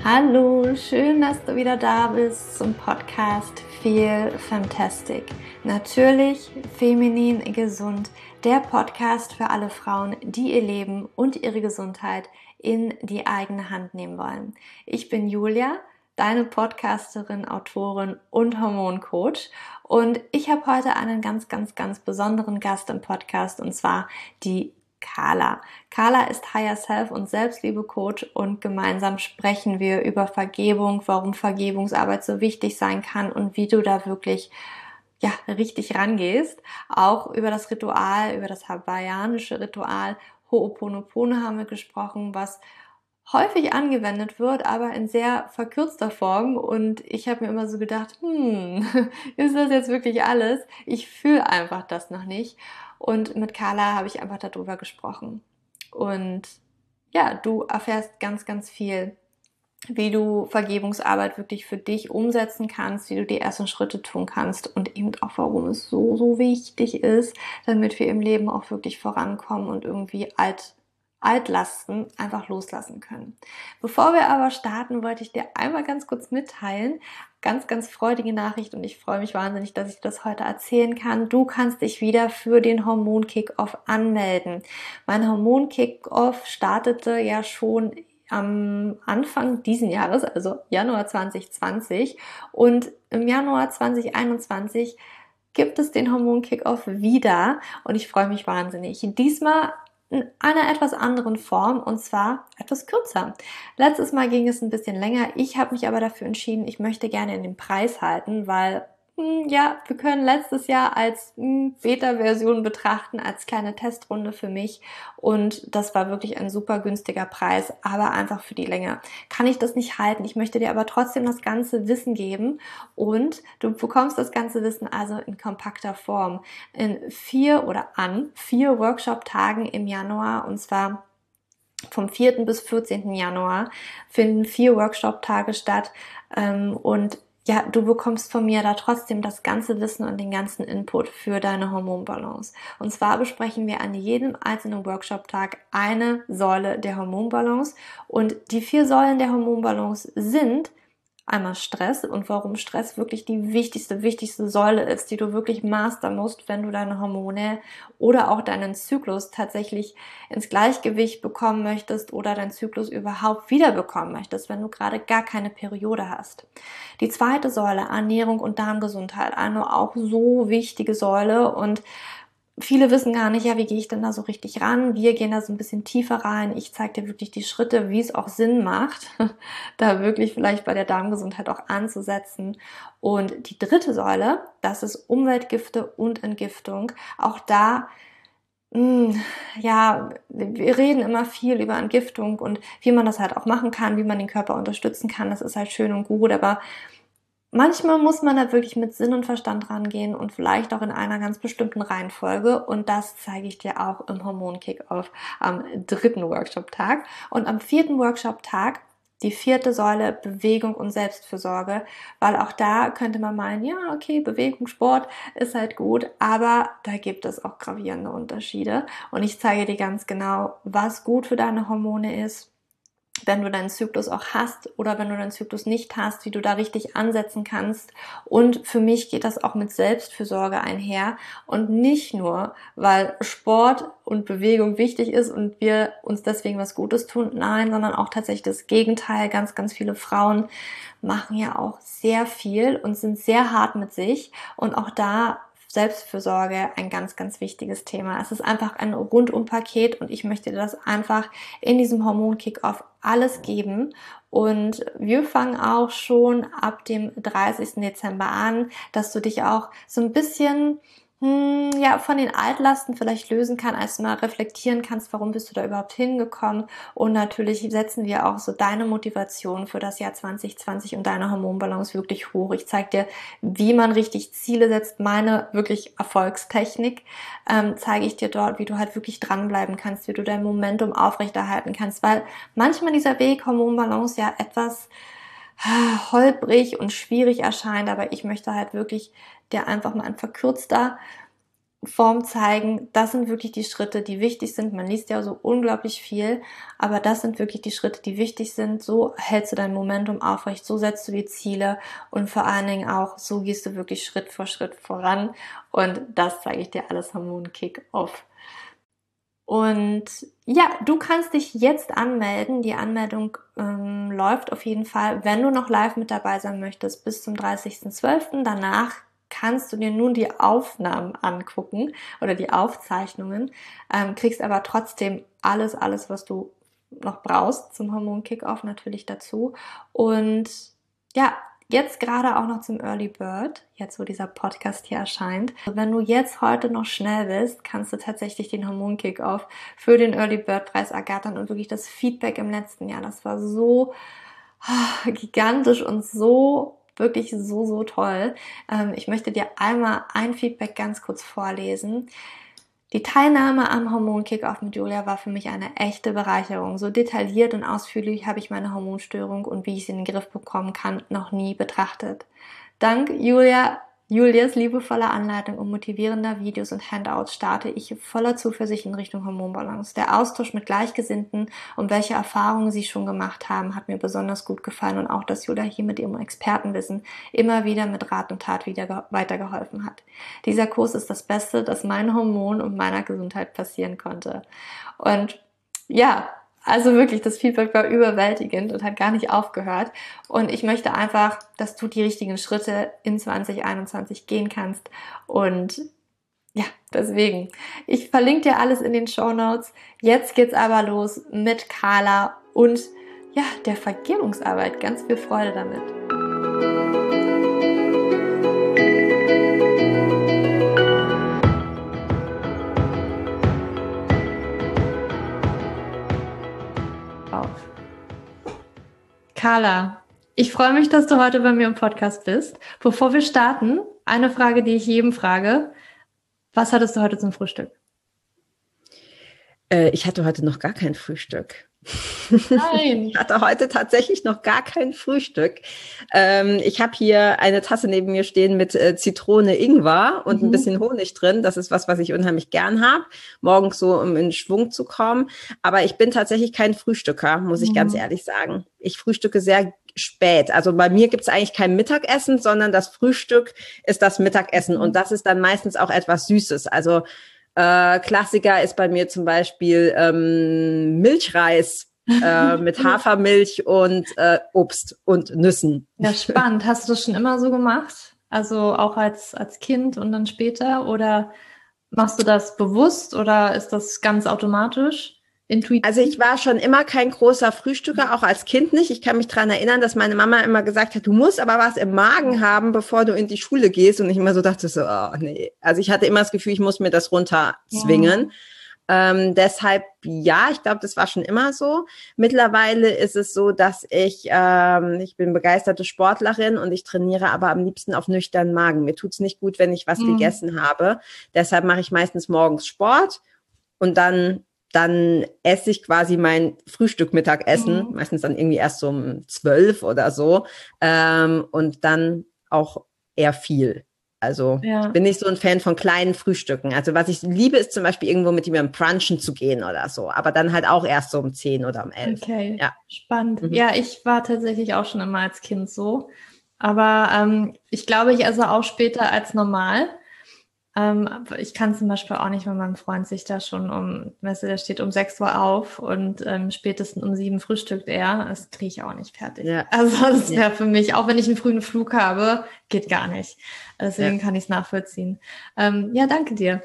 Hallo, schön, dass du wieder da bist zum Podcast Feel Fantastic. Natürlich feminin gesund, der Podcast für alle Frauen, die ihr Leben und ihre Gesundheit in die eigene Hand nehmen wollen. Ich bin Julia, deine Podcasterin, Autorin und Hormoncoach, und ich habe heute einen ganz besonderen Gast im Podcast, und zwar die Carla. Carla ist Higher Self und Selbstliebe-Coach, und gemeinsam sprechen wir über Vergebung, warum Vergebungsarbeit so wichtig sein kann und wie du da wirklich richtig rangehst. Auch über das Ritual, über das hawaiianische Ritual Ho'oponopono haben wir gesprochen, was häufig angewendet wird, aber in sehr verkürzter Form, und ich habe mir immer so gedacht, ist das jetzt wirklich alles? Ich fühle einfach das noch nicht, und mit Carla habe ich einfach darüber gesprochen, und ja, du erfährst ganz viel, wie du Vergebungsarbeit wirklich für dich umsetzen kannst, wie du die ersten Schritte tun kannst und eben auch, warum es so wichtig ist, damit wir im Leben auch wirklich vorankommen und irgendwie Altlasten einfach loslassen können. Bevor wir aber starten, wollte ich dir einmal ganz kurz mitteilen, ganz freudige Nachricht, und ich freue mich wahnsinnig, dass ich das heute erzählen kann. Du kannst dich wieder für den Hormon-Kick-Off anmelden. Mein Hormon-Kick-Off startete ja schon am Anfang diesen Jahres, also Januar 2020, und im Januar 2021 gibt es den Hormon-Kick-Off wieder, und ich freue mich wahnsinnig. Diesmal in einer etwas anderen Form, und zwar etwas kürzer. Letztes Mal ging es ein bisschen länger. Ich habe mich aber dafür entschieden, ich möchte gerne in den Preis halten, weil wir können letztes Jahr als Beta-Version betrachten, als kleine Testrunde für mich, und das war wirklich ein super günstiger Preis, aber einfach für die Länge kann ich das nicht halten. Ich möchte dir aber trotzdem das ganze Wissen geben, und du bekommst das ganze Wissen also in kompakter Form in 4 Workshop-Tagen im Januar, und zwar vom 4. bis 14. Januar finden 4 Workshop-Tage statt, und ja, du bekommst von mir da trotzdem das ganze Wissen und den ganzen Input für deine Hormonbalance. Und zwar besprechen wir an jedem einzelnen Workshop-Tag eine Säule der Hormonbalance, und die 4 Säulen der Hormonbalance sind einmal Stress, und warum Stress wirklich die wichtigste Säule ist, die du wirklich mastern musst, wenn du deine Hormone oder auch deinen Zyklus tatsächlich ins Gleichgewicht bekommen möchtest oder deinen Zyklus überhaupt wiederbekommen möchtest, wenn du gerade gar keine Periode hast. Die zweite Säule, Ernährung und Darmgesundheit, eine auch so wichtige Säule, und viele wissen gar nicht, wie gehe ich denn da so richtig ran? Wir gehen da so ein bisschen tiefer rein. Ich zeige dir wirklich die Schritte, wie es auch Sinn macht, da wirklich vielleicht bei der Darmgesundheit auch anzusetzen. Und die dritte Säule, das ist Umweltgifte und Entgiftung. Auch da, wir reden immer viel über Entgiftung und wie man das halt auch machen kann, wie man den Körper unterstützen kann. Das ist halt schön und gut, aber manchmal muss man da wirklich mit Sinn und Verstand rangehen und vielleicht auch in einer ganz bestimmten Reihenfolge, und das zeige ich dir auch im Hormon-Kick-Off am 3. Workshop-Tag. Und am 4. Workshop-Tag die 4. Säule, Bewegung und Selbstfürsorge, weil auch da könnte man meinen, ja okay, Bewegung, Sport ist halt gut, aber da gibt es auch gravierende Unterschiede, und ich zeige dir ganz genau, was gut für deine Hormone ist, wenn du deinen Zyklus auch hast oder wenn du deinen Zyklus nicht hast, wie du da richtig ansetzen kannst. Und für mich geht das auch mit Selbstfürsorge einher, und nicht nur, weil Sport und Bewegung wichtig ist und wir uns deswegen was Gutes tun, nein, sondern auch tatsächlich das Gegenteil. Ganz viele Frauen machen ja auch sehr viel und sind sehr hart mit sich, und auch da Selbstfürsorge ein ganz wichtiges Thema. Es ist einfach ein Rundum-Paket, und ich möchte dir das einfach in diesem Hormon-Kick-Off alles geben. Und wir fangen auch schon ab dem 30. Dezember an, dass du dich auch so ein bisschen von den Altlasten vielleicht lösen kann, erstmal reflektieren kannst, warum bist du da überhaupt hingekommen, und natürlich setzen wir auch so deine Motivation für das Jahr 2020 und deine Hormonbalance wirklich hoch. Ich zeige dir, wie man richtig Ziele setzt, meine wirklich Erfolgstechnik zeige ich dir dort, wie du halt wirklich dranbleiben kannst, wie du dein Momentum aufrechterhalten kannst, weil manchmal dieser Weg Hormonbalance ja etwas holprig und schwierig erscheint, aber ich möchte halt wirklich dir einfach mal ein verkürzter Form zeigen, das sind wirklich die Schritte, die wichtig sind. Man liest ja so unglaublich viel, aber das sind wirklich die Schritte, die wichtig sind. So hältst du dein Momentum aufrecht, so setzt du die Ziele und vor allen Dingen auch, so gehst du wirklich Schritt für Schritt voran und das zeige ich dir alles Hormon Kick-Off. Und ja, du kannst dich jetzt anmelden. Die Anmeldung läuft auf jeden Fall, wenn du noch live mit dabei sein möchtest, bis zum 30.12. Danach kannst du dir nun die Aufnahmen angucken oder die Aufzeichnungen, kriegst aber trotzdem alles, was du noch brauchst zum Hormon Kick-Off natürlich dazu. Und ja, jetzt gerade auch noch zum Early Bird, jetzt wo dieser Podcast hier erscheint. Wenn du jetzt heute noch schnell bist, kannst du tatsächlich den Hormon Kick-Off für den Early Bird Preis ergattern und wirklich das Feedback im letzten Jahr, das war so gigantisch und so wirklich so toll. Ich möchte dir einmal ein Feedback ganz kurz vorlesen. Die Teilnahme am Hormon Kick-Off mit Julia war für mich eine echte Bereicherung. So detailliert und ausführlich habe ich meine Hormonstörung und wie ich sie in den Griff bekommen kann, noch nie betrachtet. Dank Julias liebevoller Anleitung und motivierender Videos und Handouts starte ich voller Zuversicht in Richtung Hormonbalance. Der Austausch mit Gleichgesinnten und welche Erfahrungen sie schon gemacht haben, hat mir besonders gut gefallen und auch, dass Julia hier mit ihrem Expertenwissen immer wieder mit Rat und Tat weitergeholfen hat. Dieser Kurs ist das Beste, das meinen Hormonen und meiner Gesundheit passieren konnte. Und ja, also wirklich, das Feedback war überwältigend und hat gar nicht aufgehört. Und ich möchte einfach, dass du die richtigen Schritte in 2021 gehen kannst. Und ja, deswegen. Ich verlinke dir alles in den Shownotes. Jetzt geht's aber los mit Carla und ja, der Vergebungsarbeit. Ganz viel Freude damit. Carla, ich freue mich, dass du heute bei mir im Podcast bist. Bevor wir starten, eine Frage, die ich jedem frage. Was hattest du heute zum Frühstück? Ich hatte heute noch gar kein Frühstück. Nein. Ich hatte heute tatsächlich noch gar kein Frühstück. Ich habe hier eine Tasse neben mir stehen mit Zitrone, Ingwer und ein bisschen Honig drin. Das ist was ich unheimlich gern habe, morgens so, um in Schwung zu kommen. Aber ich bin tatsächlich kein Frühstücker, muss ich ganz ehrlich sagen. Ich frühstücke sehr spät. Also bei mir gibt es eigentlich kein Mittagessen, sondern das Frühstück ist das Mittagessen. Und das ist dann meistens auch etwas Süßes. Also Klassiker ist bei mir zum Beispiel Milchreis mit Hafermilch und Obst und Nüssen. Ja, spannend. Hast du das schon immer so gemacht? Also auch als Kind und dann später? Oder machst du das bewusst oder ist das ganz automatisch? Intuitiv? Also ich war schon immer kein großer Frühstücker, auch als Kind nicht. Ich kann mich daran erinnern, dass meine Mama immer gesagt hat, du musst aber was im Magen haben, bevor du in die Schule gehst. Und ich immer so dachte so, oh nee. Also ich hatte immer das Gefühl, ich muss mir das runterzwingen. Deshalb, ja, ich glaube, das war schon immer so. Mittlerweile ist es so, dass ich bin begeisterte Sportlerin und ich trainiere aber am liebsten auf nüchternen Magen. Mir tut's nicht gut, wenn ich was gegessen habe. Deshalb mache ich meistens morgens Sport und dann esse ich quasi mein Frühstück, Mittagessen, meistens dann irgendwie erst so um 12 oder so, und dann auch eher viel. Also ich bin nicht so ein Fan von kleinen Frühstücken. Also was ich liebe, ist zum Beispiel irgendwo mit jemandem brunchen zu gehen oder so, aber dann halt auch erst so um 10 oder um 11. Okay, ja. Spannend. Ja, ich war tatsächlich auch schon immer als Kind so, aber ich glaube, ich esse auch später als normal. Ich kann zum Beispiel auch nicht, wenn mein Freund sich da schon der steht um 6 Uhr auf und spätestens um 7 frühstückt er, das kriege ich auch nicht fertig. Ja. Also das wäre für mich, auch wenn ich einen frühen Flug habe, geht gar nicht. Deswegen kann ich es nachvollziehen. Ja, danke dir.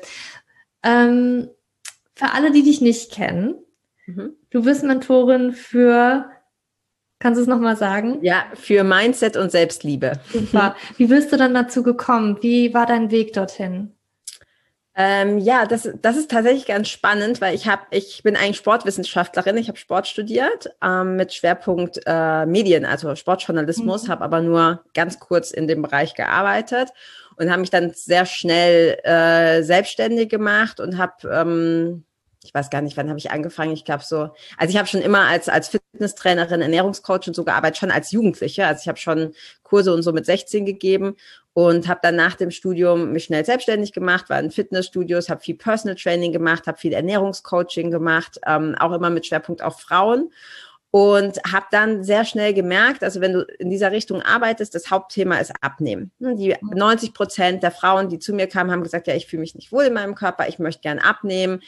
Für alle, die dich nicht kennen, du bist Mentorin für, kannst du es nochmal sagen? Ja, für Mindset und Selbstliebe. Super. Wie bist du dann dazu gekommen? Wie war dein Weg dorthin? Ja, das ist tatsächlich ganz spannend, weil ich bin eigentlich Sportwissenschaftlerin. Ich habe Sport studiert mit Schwerpunkt Medien, also Sportjournalismus, habe aber nur ganz kurz in dem Bereich gearbeitet und habe mich dann sehr schnell selbstständig gemacht und habe ich weiß gar nicht, wann habe ich angefangen? Ich glaube so, also ich habe schon immer als Fitnesstrainerin, Ernährungscoach und so gearbeitet, schon als Jugendliche. Also ich habe schon Kurse und so mit 16 gegeben und habe dann nach dem Studium mich schnell selbstständig gemacht, war in Fitnessstudios, habe viel Personal Training gemacht, habe viel Ernährungscoaching gemacht, auch immer mit Schwerpunkt auf Frauen. Und habe dann sehr schnell gemerkt, also wenn du in dieser Richtung arbeitest, das Hauptthema ist Abnehmen. Die 90% der Frauen, die zu mir kamen, haben gesagt, ja, ich fühle mich nicht wohl in meinem Körper, ich möchte gern abnehmen.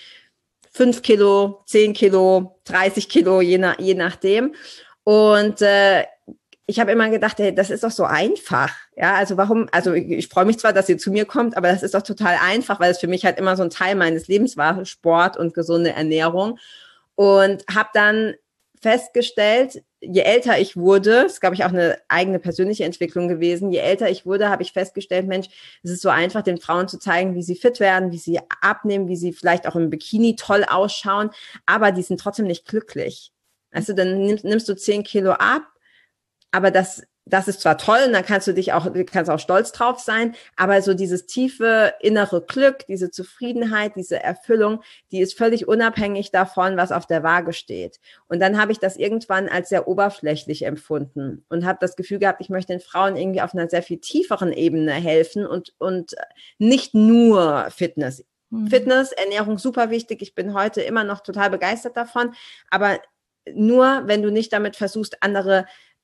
5 Kilo, 10 Kilo, 30 Kilo, je nachdem. Und ich habe immer gedacht, hey, das ist doch so einfach. Ja, also warum, also ich freue mich zwar, dass ihr zu mir kommt, aber das ist doch total einfach, weil es für mich halt immer so ein Teil meines Lebens war, Sport und gesunde Ernährung. Und habe dann festgestellt, je älter ich wurde, das ist, glaube ich, auch eine eigene persönliche Entwicklung gewesen, je älter ich wurde, habe ich festgestellt, Mensch, es ist so einfach, den Frauen zu zeigen, wie sie fit werden, wie sie abnehmen, wie sie vielleicht auch im Bikini toll ausschauen, aber die sind trotzdem nicht glücklich. Also dann nimmst du 10 Kilo ab, aber das ist zwar toll und dann kannst du auch stolz drauf sein, aber so dieses tiefe innere Glück, diese Zufriedenheit, diese Erfüllung, die ist völlig unabhängig davon, was auf der Waage steht. Und dann habe ich das irgendwann als sehr oberflächlich empfunden und habe das Gefühl gehabt, ich möchte den Frauen irgendwie auf einer sehr viel tieferen Ebene helfen und nicht nur Fitness. Fitness, Ernährung, super wichtig. Ich bin heute immer noch total begeistert davon, aber nur, wenn du nicht damit versuchst, andere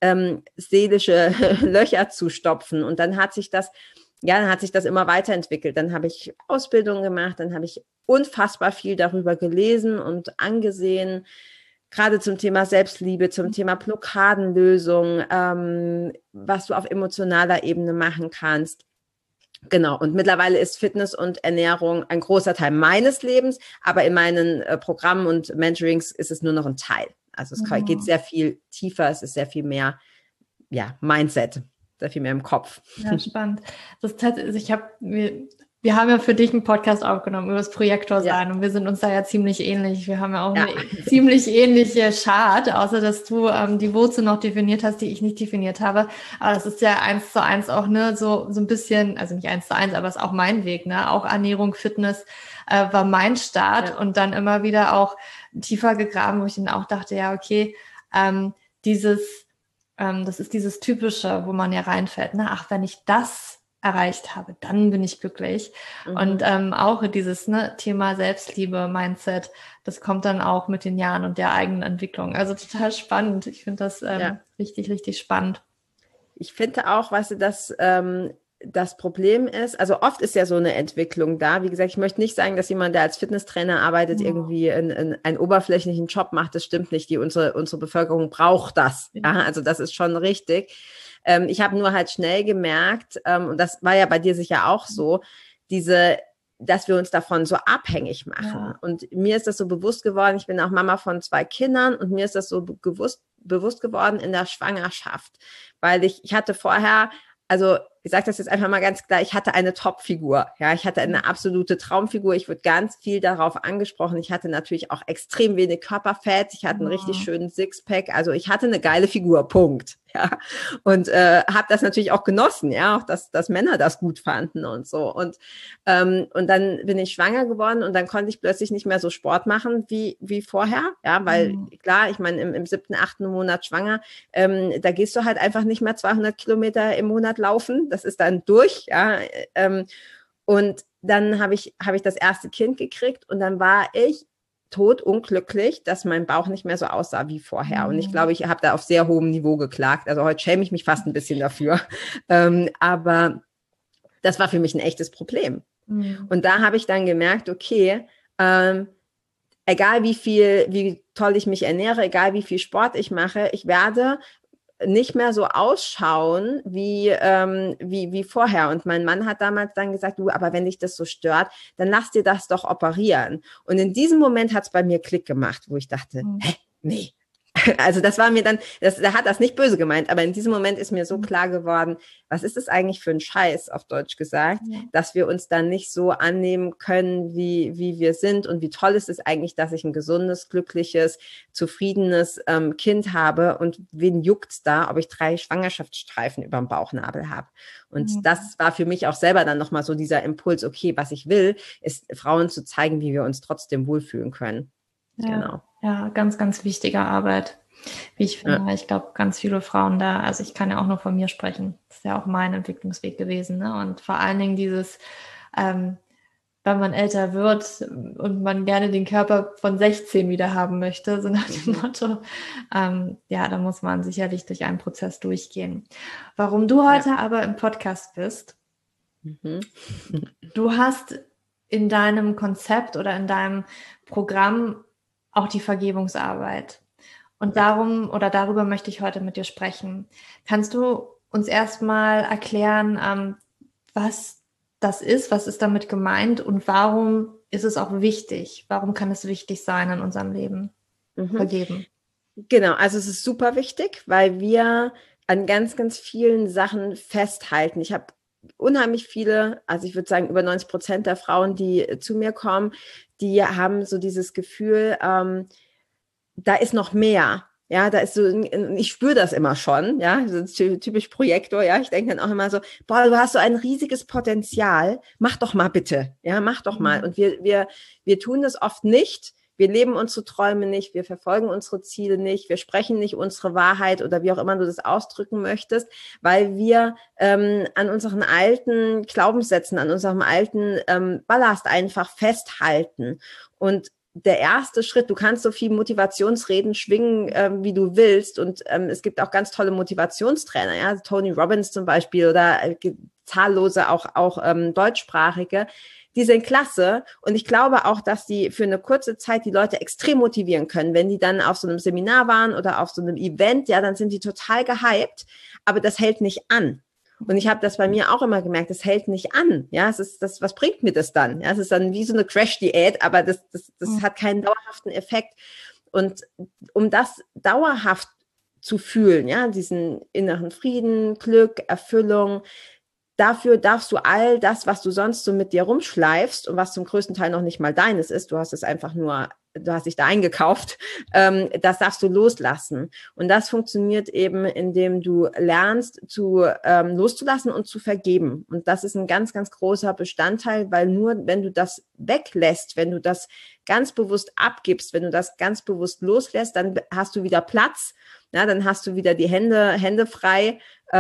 seelische Löcher zu stopfen. Und dann hat sich das immer weiterentwickelt. Dann habe ich Ausbildung gemacht, dann habe ich unfassbar viel darüber gelesen und angesehen, gerade zum Thema Selbstliebe, zum Thema Blockadenlösung, was du auf emotionaler Ebene machen kannst. Genau, und mittlerweile ist Fitness und Ernährung ein großer Teil meines Lebens, aber in meinen Programmen und Mentorings ist es nur noch ein Teil. Also es geht sehr viel tiefer, es ist sehr viel mehr, ja, Mindset, sehr viel mehr im Kopf. Ja, spannend. Wir haben ja für dich einen Podcast aufgenommen über das Projektor sein und wir sind uns da ja ziemlich ähnlich. Wir haben ja auch eine ziemlich ähnliche Chart, außer dass du die Wurzel noch definiert hast, die ich nicht definiert habe. Aber das ist ja 1:1 auch, ne, so ein bisschen, also nicht 1:1, aber es ist auch mein Weg, ne? Auch Ernährung, Fitness war mein Start und dann immer wieder auch tiefer gegraben, wo ich dann auch dachte, ja, okay, das ist dieses Typische, wo man ja reinfällt, ne? Ach, wenn ich das erreicht habe, dann bin ich glücklich. Und auch dieses Thema Selbstliebe, Mindset, das kommt dann auch mit den Jahren und der eigenen Entwicklung. Also total spannend. Ich finde das richtig, richtig spannend. Ich finde auch, weißt du, das Problem ist, also oft ist ja so eine Entwicklung da. Wie gesagt, ich möchte nicht sagen, dass jemand, der als Fitnesstrainer arbeitet, irgendwie einen oberflächlichen Job macht. Das stimmt nicht. Unsere Bevölkerung braucht das. Ja, also das ist schon richtig. Ich habe nur halt schnell gemerkt, und das war ja bei dir sicher auch so, dass wir uns davon so abhängig machen. Ja. Und mir ist das so bewusst geworden, ich bin auch Mama von 2 Kindern und mir ist das so bewusst geworden in der Schwangerschaft, weil ich hatte vorher, also ich sage das jetzt einfach mal ganz klar, ich hatte eine Top-Figur. Ja, ich hatte eine absolute Traumfigur. Ich wurde ganz viel darauf angesprochen. Ich hatte natürlich auch extrem wenig Körperfett. Ich hatte einen richtig schönen Sixpack. Also ich hatte eine geile Figur, Punkt. Ja, und habe das natürlich auch genossen, ja, auch dass Männer das gut fanden und so. Und dann bin ich schwanger geworden und dann konnte ich plötzlich nicht mehr so Sport machen wie vorher. Ja, weil klar, ich meine, im 7., 8. Monat schwanger, da gehst du halt einfach nicht mehr 200 Kilometer im Monat laufen. Das ist dann durch, ja. Und dann habe ich das erste Kind gekriegt und dann war ich todunglücklich, dass mein Bauch nicht mehr so aussah wie vorher. Und ich glaube, ich habe da auf sehr hohem Niveau geklagt. Also heute schäme ich mich fast ein bisschen dafür. Aber das war für mich ein echtes Problem. Und da habe ich dann gemerkt, okay, egal wie toll ich mich ernähre, egal wie viel Sport ich mache, ich werde nicht mehr so ausschauen wie vorher. Und mein Mann hat damals dann gesagt, du, aber wenn dich das so stört, dann lass dir das doch operieren. Und in diesem Moment hat es bei mir Klick gemacht, wo ich dachte, nee, Also das war mir dann, der hat das nicht böse gemeint, aber in diesem Moment ist mir so klar geworden, was ist das eigentlich für ein Scheiß, auf Deutsch gesagt, dass wir uns dann nicht so annehmen können, wie wir sind und wie toll ist es eigentlich, dass ich ein gesundes, glückliches, zufriedenes Kind habe und wen juckt's da, ob ich 3 Schwangerschaftsstreifen über dem Bauchnabel habe. Und das war für mich auch selber dann nochmal so dieser Impuls, okay, was ich will, ist Frauen zu zeigen, wie wir uns trotzdem wohlfühlen können. Ja, genau. Ja, ganz, ganz wichtige Arbeit, wie ich finde. Ja. Ich glaube, ganz viele Frauen da, also ich kann ja auch nur von mir sprechen. Das ist ja auch mein Entwicklungsweg gewesen. Ne? Und vor allen Dingen dieses, wenn man älter wird und man gerne den Körper von 16 wieder haben möchte, so nach dem Motto, da muss man sicherlich durch einen Prozess durchgehen. Warum du heute aber im Podcast bist, du hast in deinem Konzept oder in deinem Programm auch die Vergebungsarbeit. Und darüber möchte ich heute mit dir sprechen. Kannst du uns erstmal erklären, was das ist, was ist damit gemeint und warum ist es auch wichtig? Warum kann es wichtig sein in unserem Leben? Vergeben. Genau, also es ist super wichtig, weil wir an ganz, ganz vielen Sachen festhalten. Ich habe unheimlich viele, also ich würde sagen über 90% der Frauen, die zu mir kommen, die haben so dieses Gefühl, da ist noch mehr. Ja, da ist so, ich spüre das immer schon, ja, so typisch Projektor, ja, ich denke dann auch immer so, boah, du hast so ein riesiges Potenzial, mach doch mal bitte, ja, mach doch mal. Und wir tun das oft nicht. Wir leben unsere Träume nicht, wir verfolgen unsere Ziele nicht, wir sprechen nicht unsere Wahrheit oder wie auch immer du das ausdrücken möchtest, weil wir an unseren alten Glaubenssätzen, an unserem alten Ballast einfach festhalten. Und der erste Schritt, du kannst so viel Motivationsreden schwingen, wie du willst. Und es gibt auch ganz tolle Motivationstrainer, ja, Tony Robbins zum Beispiel oder zahllose auch deutschsprachige. Die sind klasse und ich glaube auch, dass die für eine kurze Zeit die Leute extrem motivieren können. Wenn die dann auf so einem Seminar waren oder auf so einem Event, ja, dann sind die total gehypt, aber das hält nicht an. Und ich habe das bei mir auch immer gemerkt, das hält nicht an. Ja, es ist das, was bringt mir das dann? Ja, es ist dann wie so eine Crash-Diät, aber das hat keinen dauerhaften Effekt. Und um das dauerhaft zu fühlen, ja, diesen inneren Frieden, Glück, Erfüllung, dafür darfst du all das, was du sonst so mit dir rumschleifst und was zum größten Teil noch nicht mal deines ist, du hast es einfach nur, du hast dich da eingekauft, das darfst du loslassen. Und das funktioniert eben, indem du lernst, loszulassen und zu vergeben. Und das ist ein ganz, ganz großer Bestandteil, weil nur wenn du das weglässt, wenn du das ganz bewusst abgibst, wenn du das ganz bewusst loslässt, dann hast du wieder Platz, ja, dann hast du wieder die Hände frei,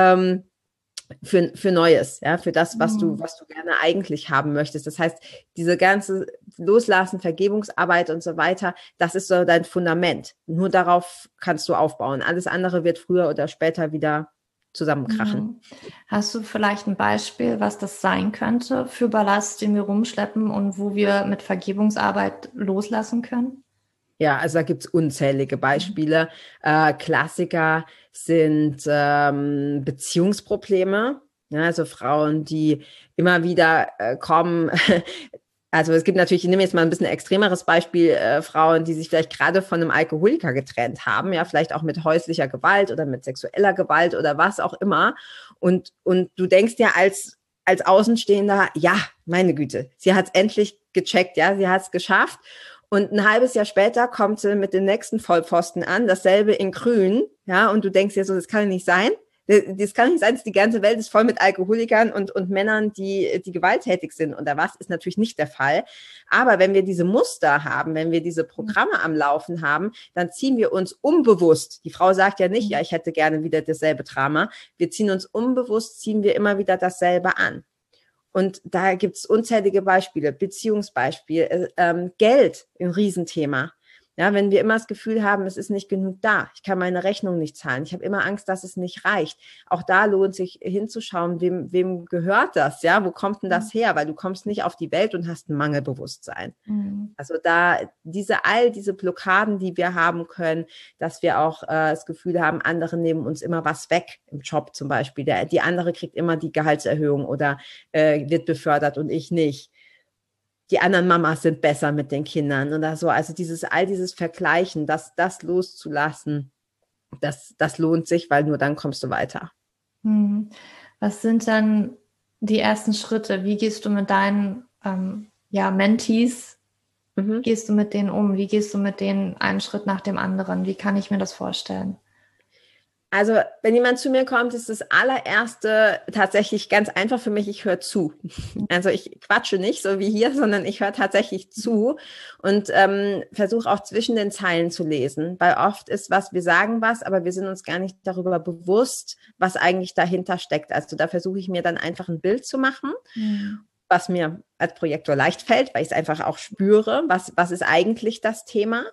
für Neues, ja, für das, was du gerne eigentlich haben möchtest. Das heißt, diese ganze Loslassen, Vergebungsarbeit und so weiter, das ist so dein Fundament. Nur darauf kannst du aufbauen. Alles andere wird früher oder später wieder zusammenkrachen. Hast du vielleicht ein Beispiel, was das sein könnte für Ballast, den wir rumschleppen und wo wir mit Vergebungsarbeit loslassen können? Ja, also da gibt's unzählige Beispiele. Klassiker sind Beziehungsprobleme. Ja, also Frauen, die immer wieder kommen. Also es gibt natürlich, ich nehme jetzt mal ein bisschen extremeres Beispiel, Frauen, die sich vielleicht gerade von einem Alkoholiker getrennt haben, ja, vielleicht auch mit häuslicher Gewalt oder mit sexueller Gewalt oder was auch immer. Und du denkst ja als Außenstehender, ja, meine Güte, sie hat's endlich gecheckt, ja, sie hat's geschafft. Und ein halbes Jahr später kommt sie mit dem nächsten Vollpfosten an, dasselbe in grün, ja, und du denkst dir so, das kann ja nicht sein. Das kann nicht sein, dass die ganze Welt ist voll mit Alkoholikern und Männern, die gewalttätig sind. Und was ist natürlich nicht der Fall. Aber wenn wir diese Muster haben, wenn wir diese Programme am Laufen haben, dann ziehen wir uns unbewusst, die Frau sagt ja nicht, ja, ich hätte gerne wieder dasselbe Drama. Wir ziehen uns unbewusst, ziehen wir immer wieder dasselbe an. Und da gibt's unzählige Beispiele, Beziehungsbeispiel, Geld, ein Riesenthema. Ja, wenn wir immer das Gefühl haben, es ist nicht genug da, ich kann meine Rechnung nicht zahlen, ich habe immer Angst, dass es nicht reicht. Auch da lohnt sich hinzuschauen, wem gehört das, ja, wo kommt denn das her? Weil du kommst nicht auf die Welt und hast ein Mangelbewusstsein. Also da all diese Blockaden, die wir haben können, dass wir auch das Gefühl haben, andere nehmen uns immer was weg, im Job zum Beispiel. Die andere kriegt immer die Gehaltserhöhung oder wird befördert und ich nicht. Die anderen Mamas sind besser mit den Kindern oder so. Also all dieses Vergleichen, das loszulassen, das lohnt sich, weil nur dann kommst du weiter. Was sind dann die ersten Schritte? Wie gehst du mit deinen Mentees, gehst du mit denen um? Wie gehst du mit denen einen Schritt nach dem anderen? Wie kann ich mir das vorstellen? Also, wenn jemand zu mir kommt, ist das allererste tatsächlich ganz einfach für mich, ich höre zu. Also ich quatsche nicht so wie hier, sondern ich höre tatsächlich zu und versuche auch zwischen den Zeilen zu lesen, weil oft ist wir sagen was, aber wir sind uns gar nicht darüber bewusst, was eigentlich dahinter steckt. Also da versuche ich mir dann einfach ein Bild zu machen, was mir als Projektor leicht fällt, weil ich es einfach auch spüre, was ist eigentlich das Thema.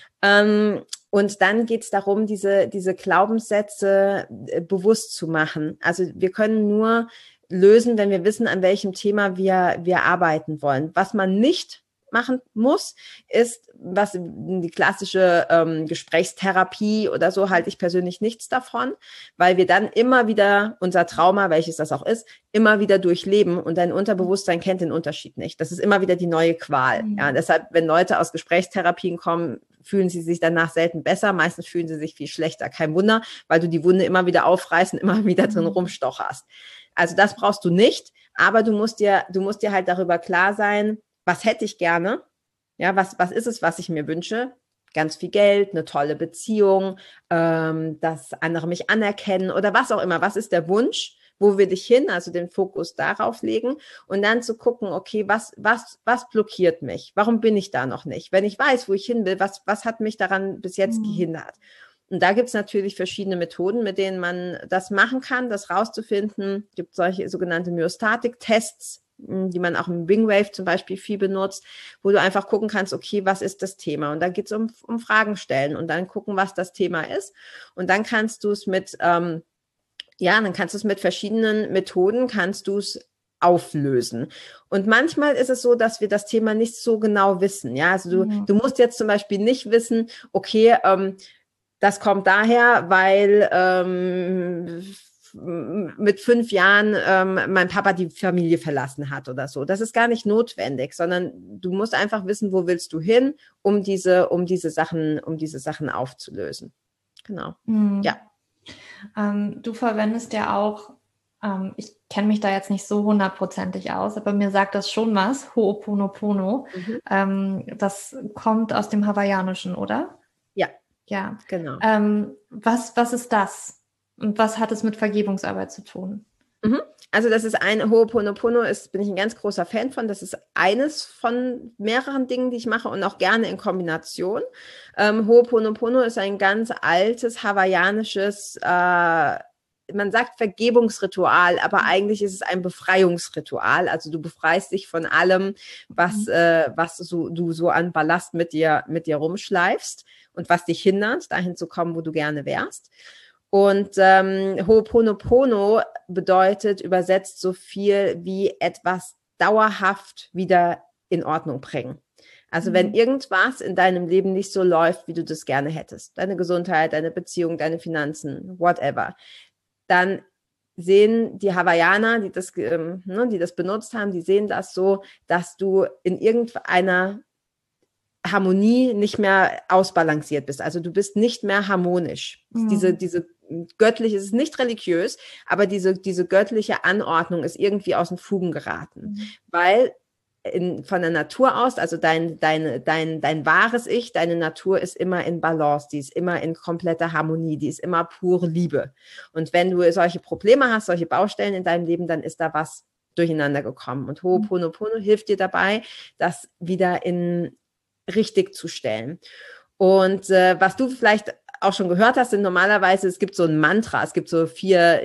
Und dann geht es darum, diese Glaubenssätze bewusst zu machen. Also wir können nur lösen, wenn wir wissen, an welchem Thema wir arbeiten wollen. Was man nicht machen muss, ist, was die klassische Gesprächstherapie oder so, halte ich persönlich nichts davon, weil wir dann immer wieder unser Trauma, welches das auch ist, immer wieder durchleben und dein Unterbewusstsein kennt den Unterschied nicht. Das ist immer wieder die neue Qual. Ja, deshalb, wenn Leute aus Gesprächstherapien kommen, fühlen sie sich danach selten besser. Meistens fühlen sie sich viel schlechter. Kein Wunder, weil du die Wunde immer wieder aufreißt und immer wieder drin rumstocherst. Also das brauchst du nicht, aber du musst dir halt darüber klar sein, was hätte ich gerne? Ja, was ist es, was ich mir wünsche? Ganz viel Geld, eine tolle Beziehung, dass andere mich anerkennen oder was auch immer. Was ist der Wunsch? Wo will ich hin? Also den Fokus darauf legen und dann zu gucken, okay, was blockiert mich? Warum bin ich da noch nicht? Wenn ich weiß, wo ich hin will, was hat mich daran bis jetzt gehindert? Und da gibt es natürlich verschiedene Methoden, mit denen man das machen kann, das rauszufinden. Es gibt solche sogenannte Myostatik-Tests, die man auch im Wingwave zum Beispiel viel benutzt, wo du einfach gucken kannst, okay, was ist das Thema? Und da geht es um Fragen stellen und dann gucken, was das Thema ist. Und dann kannst du es mit verschiedenen Methoden, kannst du es auflösen. Und manchmal ist es so, dass wir das Thema nicht so genau wissen. Ja, also du musst jetzt zum Beispiel nicht wissen, okay, das kommt daher, weil mit 5 Jahren mein Papa die Familie verlassen hat oder so. Das ist gar nicht notwendig, sondern du musst einfach wissen, wo willst du hin, um diese Sachen aufzulösen. Genau. Ja. Du verwendest ja auch, ich kenne mich da jetzt nicht so 100%ig aus, aber mir sagt das schon was, Ho'oponopono. Das kommt aus dem Hawaiianischen, oder? Ja, genau. Was ist das? Und was hat es mit Vergebungsarbeit zu tun? Also das ist Ho'oponopono bin ich ein ganz großer Fan von. Das ist eines von mehreren Dingen, die ich mache und auch gerne in Kombination. Ho'oponopono ist ein ganz altes hawaiianisches, man sagt Vergebungsritual, aber eigentlich ist es ein Befreiungsritual. Also du befreist dich von allem, was du so an Ballast mit dir rumschleifst und was dich hindert, dahin zu kommen, wo du gerne wärst. Und Ho'oponopono bedeutet übersetzt so viel wie etwas dauerhaft wieder in Ordnung bringen. Also wenn irgendwas in deinem Leben nicht so läuft, wie du das gerne hättest, deine Gesundheit, deine Beziehung, deine Finanzen, whatever, dann sehen die Hawaiianer, die das benutzt haben, die sehen das so, dass du in irgendeiner Harmonie nicht mehr ausbalanciert bist. Also du bist nicht mehr harmonisch. Diese göttliche, es ist nicht religiös, aber diese göttliche Anordnung ist irgendwie aus den Fugen geraten. Weil von der Natur aus, also dein wahres Ich, deine Natur ist immer in Balance, die ist immer in kompletter Harmonie, die ist immer pure Liebe. Und wenn du solche Probleme hast, solche Baustellen in deinem Leben, dann ist da was durcheinander gekommen. Und Ho'oponopono hilft dir dabei, das wieder richtig zu stellen. Und was du vielleicht auch schon gehört hast, sind normalerweise, es gibt so ein Mantra, es gibt so vier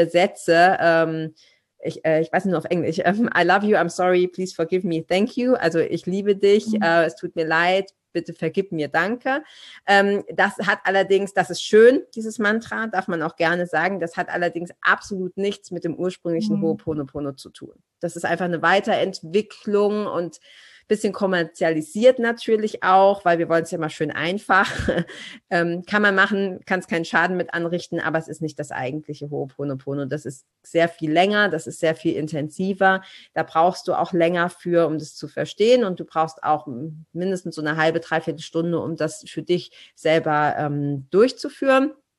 Sätze, ich weiß nicht nur auf Englisch, I love you, I'm sorry, please forgive me, thank you, also ich liebe dich, es tut mir leid, bitte vergib mir, danke. Das hat allerdings, das ist schön, dieses Mantra, darf man auch gerne sagen, das hat allerdings absolut nichts mit dem ursprünglichen Ho'oponopono zu tun. Das ist einfach eine Weiterentwicklung und bisschen kommerzialisiert natürlich auch, weil wir wollen es ja mal schön einfach. Kann man machen, kann es keinen Schaden mit anrichten, aber es ist nicht das eigentliche Ho'oponopono. Das ist sehr viel länger, das ist sehr viel intensiver. Da brauchst du auch länger für, um das zu verstehen und du brauchst auch mindestens so eine halbe, dreiviertel Stunde, um das für dich selber durchzuführen.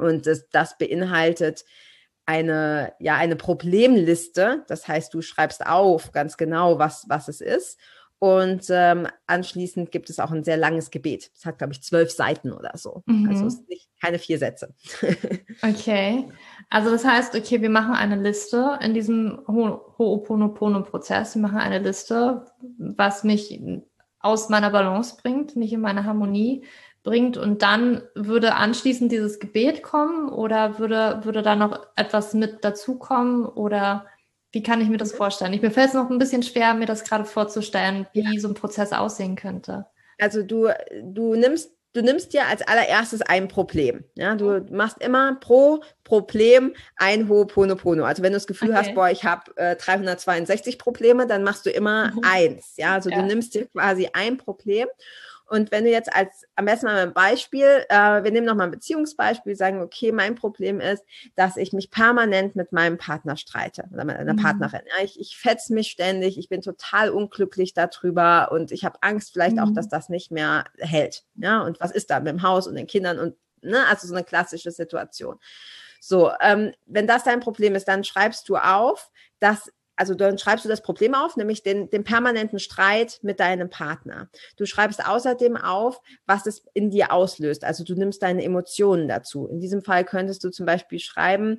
Und das beinhaltet eine Problemliste. Das heißt, du schreibst auf ganz genau, was es ist. Und anschließend gibt es auch ein sehr langes Gebet. Das hat, glaube ich, 12 Seiten oder so. Also es sind keine 4 Sätze. Okay. Also das heißt, okay, wir machen eine Liste in diesem Ho'oponopono-Prozess. Wir machen eine Liste, was mich aus meiner Balance bringt, mich in meine Harmonie bringt. Und dann würde anschließend dieses Gebet kommen oder würde da noch etwas mit dazukommen oder wie kann ich mir das vorstellen? Mir fällt es noch ein bisschen schwer, mir das gerade vorzustellen, wie so ein Prozess aussehen könnte. Also du nimmst dir als allererstes ein Problem. Ja? Du machst immer pro Problem ein Ho'oponopono. Also wenn du das Gefühl hast, boah, ich habe 362 Probleme, dann machst du immer eins. Ja? Also du nimmst dir quasi ein Problem. Und wenn du jetzt am besten mal ein Beispiel, wir nehmen nochmal ein Beziehungsbeispiel, sagen, okay, mein Problem ist, dass ich mich permanent mit meinem Partner streite oder mit einer Partnerin. Ja, ich fetze mich ständig, ich bin total unglücklich darüber und ich habe Angst vielleicht auch, dass das nicht mehr hält. Ja, und was ist da mit dem Haus und den Kindern und also so eine klassische Situation. So, wenn das dein Problem ist, dann schreibst du auf, dann schreibst du das Problem auf, nämlich den permanenten Streit mit deinem Partner. Du schreibst außerdem auf, was es in dir auslöst. Also du nimmst deine Emotionen dazu. In diesem Fall könntest du zum Beispiel schreiben,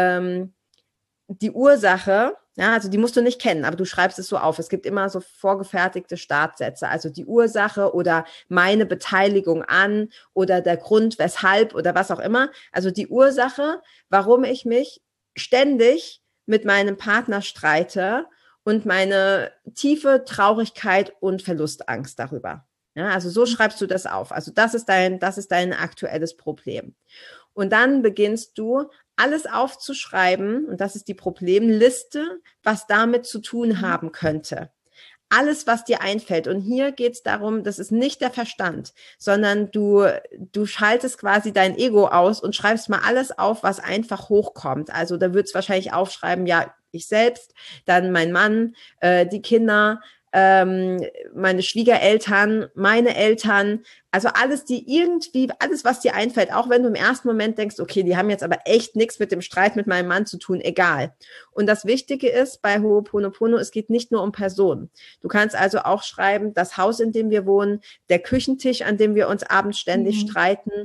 die Ursache, ja, also die musst du nicht kennen, aber du schreibst es so auf. Es gibt immer so vorgefertigte Startsätze, also die Ursache oder meine Beteiligung an oder der Grund, weshalb oder was auch immer. Also die Ursache, warum ich mich ständig mit meinem Partner streite und meine tiefe Traurigkeit und Verlustangst darüber. Ja, also so schreibst du das auf. Also das ist dein aktuelles Problem. Und dann beginnst du alles aufzuschreiben und das ist die Problemliste, was damit zu tun haben könnte. Alles, was dir einfällt. Und hier geht es darum, das ist nicht der Verstand, sondern du schaltest quasi dein Ego aus und schreibst mal alles auf, was einfach hochkommt. Also da wird es wahrscheinlich aufschreiben, ja, ich selbst, dann mein Mann, die Kinder, meine Schwiegereltern, meine Eltern, also alles, was dir einfällt, auch wenn du im ersten Moment denkst, okay, die haben jetzt aber echt nichts mit dem Streit mit meinem Mann zu tun, egal. Und das Wichtige ist bei Ho'oponopono, es geht nicht nur um Personen. Du kannst also auch schreiben, das Haus, in dem wir wohnen, der Küchentisch, an dem wir uns abends ständig streiten,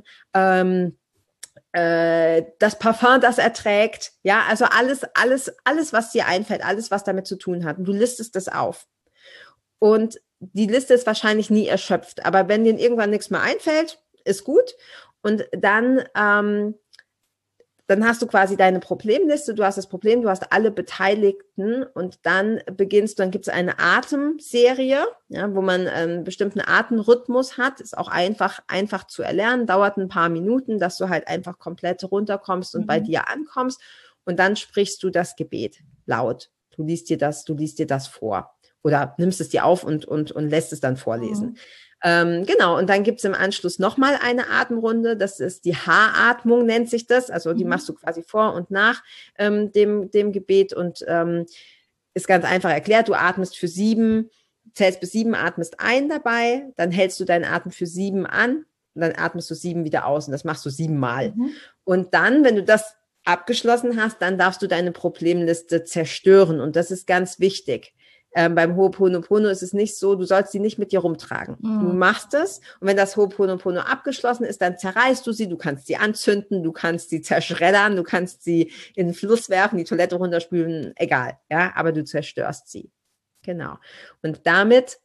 das Parfum, das er trägt, ja, also alles, was dir einfällt, alles, was damit zu tun hat. Und du listest das auf. Und die Liste ist wahrscheinlich nie erschöpft. Aber wenn dir irgendwann nichts mehr einfällt, ist gut. Und dann hast du quasi deine Problemliste. Du hast das Problem, du hast alle Beteiligten und dann gibt es eine Atemserie, ja, wo man einen bestimmten Atemrhythmus hat. Ist auch einfach zu erlernen, dauert ein paar Minuten, dass du halt einfach komplett runterkommst und bei dir ankommst. Und dann sprichst du das Gebet laut. Du liest dir das vor. Oder nimmst es dir auf und lässt es dann vorlesen. Genau, und dann gibt es im Anschluss nochmal eine Atemrunde. Das ist die H-Atmung, nennt sich das. Also die machst du quasi vor und nach dem Gebet und ist ganz einfach erklärt. Du atmest für 7, zählst bis 7, atmest ein dabei, dann hältst du deinen Atem für 7 an und dann atmest du 7 wieder aus und das machst du 7 Mal. Und dann, wenn du das abgeschlossen hast, dann darfst du deine Problemliste zerstören und das ist ganz wichtig. Beim Ho'oponopono ist es nicht so, du sollst sie nicht mit dir rumtragen. Du machst es und wenn das Ho'oponopono abgeschlossen ist, dann zerreißt du sie, du kannst sie anzünden, du kannst sie zerschreddern, du kannst sie in den Fluss werfen, die Toilette runterspülen, egal, ja, aber du zerstörst sie. Genau. Und damit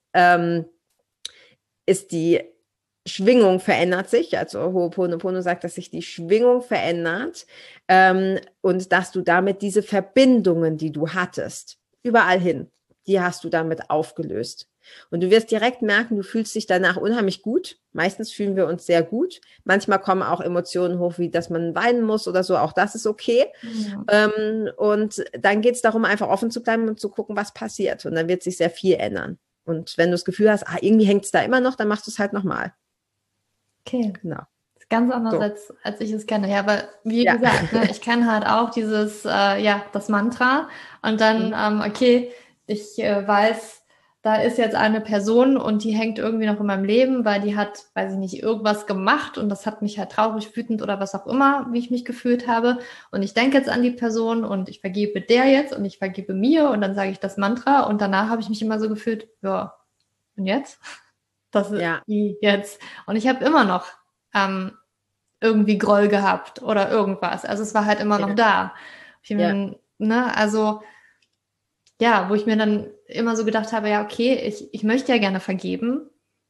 ist die Schwingung verändert sich, also Ho'oponopono sagt, dass sich die Schwingung verändert und dass du damit diese Verbindungen, die du hattest, überall hin, die hast du damit aufgelöst. Und du wirst direkt merken, du fühlst dich danach unheimlich gut. Meistens fühlen wir uns sehr gut. Manchmal kommen auch Emotionen hoch, wie dass man weinen muss oder so. Auch das ist okay. Ja. Und dann geht es darum, einfach offen zu bleiben und zu gucken, was passiert. Und dann wird sich sehr viel ändern. Und wenn du das Gefühl hast, irgendwie hängt es da immer noch, dann machst du es halt nochmal. Okay. Genau. Ganz anders, als ich es kenne. Ja, aber wie gesagt, ne, ich kenne halt auch dieses, das Mantra. Und dann, okay, ich weiß, da ist jetzt eine Person und die hängt irgendwie noch in meinem Leben, weil die hat, weiß ich nicht, irgendwas gemacht und das hat mich halt traurig, wütend oder was auch immer, wie ich mich gefühlt habe. Und ich denke jetzt an die Person und ich vergebe der jetzt und ich vergebe mir und dann sage ich das Mantra und danach habe ich mich immer so gefühlt, ja, und jetzt? Das ist wie jetzt. Und ich habe immer noch irgendwie Groll gehabt oder irgendwas. Also es war halt immer noch da. Also ja, wo ich mir dann immer so gedacht habe, ja, okay, ich möchte ja gerne vergeben,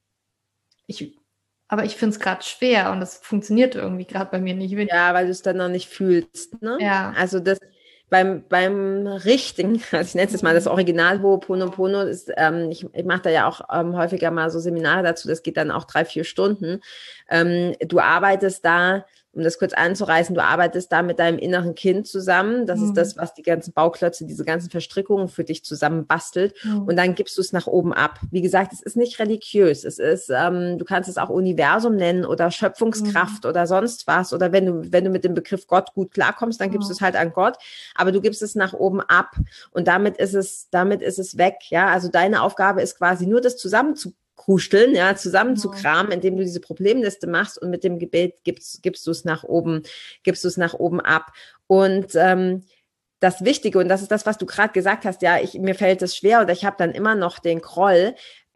aber ich finde es gerade schwer und das funktioniert irgendwie gerade bei mir nicht. Ja, weil du es dann noch nicht fühlst, ne? Ja. Also das beim richtigen, also ich nenne es jetzt mal das Original Ho'oponopono, ist, ich mache da ja auch häufiger mal so Seminare dazu, das geht dann auch 3-4 Stunden. Du arbeitest da, um das kurz anzureißen, du arbeitest da mit deinem inneren Kind zusammen. Das ist das, was die ganzen Bauklötze, diese ganzen Verstrickungen für dich zusammen bastelt. Und dann gibst du es nach oben ab. Wie gesagt, es ist nicht religiös. Es ist, du kannst es auch Universum nennen oder Schöpfungskraft oder sonst was. Oder wenn du mit dem Begriff Gott gut klarkommst, dann gibst du es halt an Gott. Aber du gibst es nach oben ab. Und damit ist es weg. Ja, also deine Aufgabe ist quasi nur das zusammenzukrusteln, ja, zusammenzukramen, indem du diese Problemliste machst und mit dem Gebet gibst du es nach oben ab. Und das Wichtige, und das ist das, was du gerade gesagt hast, ja, mir fällt es schwer oder ich habe dann immer noch den Groll,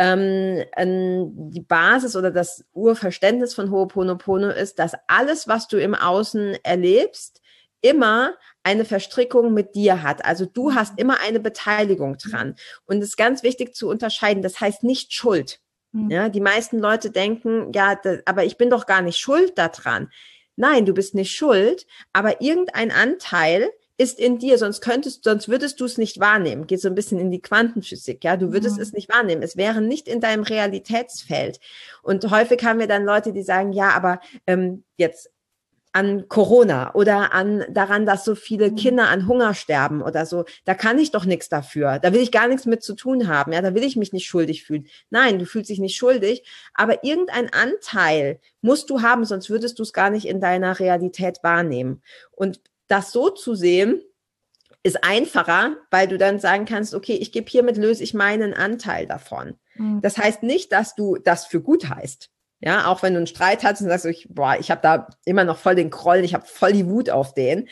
die Basis oder das Urverständnis von Ho'oponopono ist, dass alles, was du im Außen erlebst, immer eine Verstrickung mit dir hat. Also du hast immer eine Beteiligung dran. Und es ist ganz wichtig zu unterscheiden, das heißt nicht Schuld. Ja, die meisten Leute denken, ja, aber ich bin doch gar nicht schuld daran. Nein, du bist nicht schuld, aber irgendein Anteil ist in dir, sonst würdest du es nicht wahrnehmen. Geht so ein bisschen in die Quantenphysik, ja, du würdest es nicht wahrnehmen. Es wäre nicht in deinem Realitätsfeld. Und häufig haben wir dann Leute, die sagen, ja, aber jetzt an Corona oder daran, dass so viele Kinder an Hunger sterben oder so, da kann ich doch nichts dafür. Da will ich gar nichts mit zu tun haben. Ja, da will ich mich nicht schuldig fühlen. Nein, du fühlst dich nicht schuldig, aber irgendein Anteil musst du haben, sonst würdest du es gar nicht in deiner Realität wahrnehmen. Und das so zu sehen, ist einfacher, weil du dann sagen kannst, okay, löse ich meinen Anteil davon. Das heißt nicht, dass du das für gut heißt. Ja, auch wenn du einen Streit hast und sagst, ich habe da immer noch voll den Groll, ich habe voll die Wut auf den.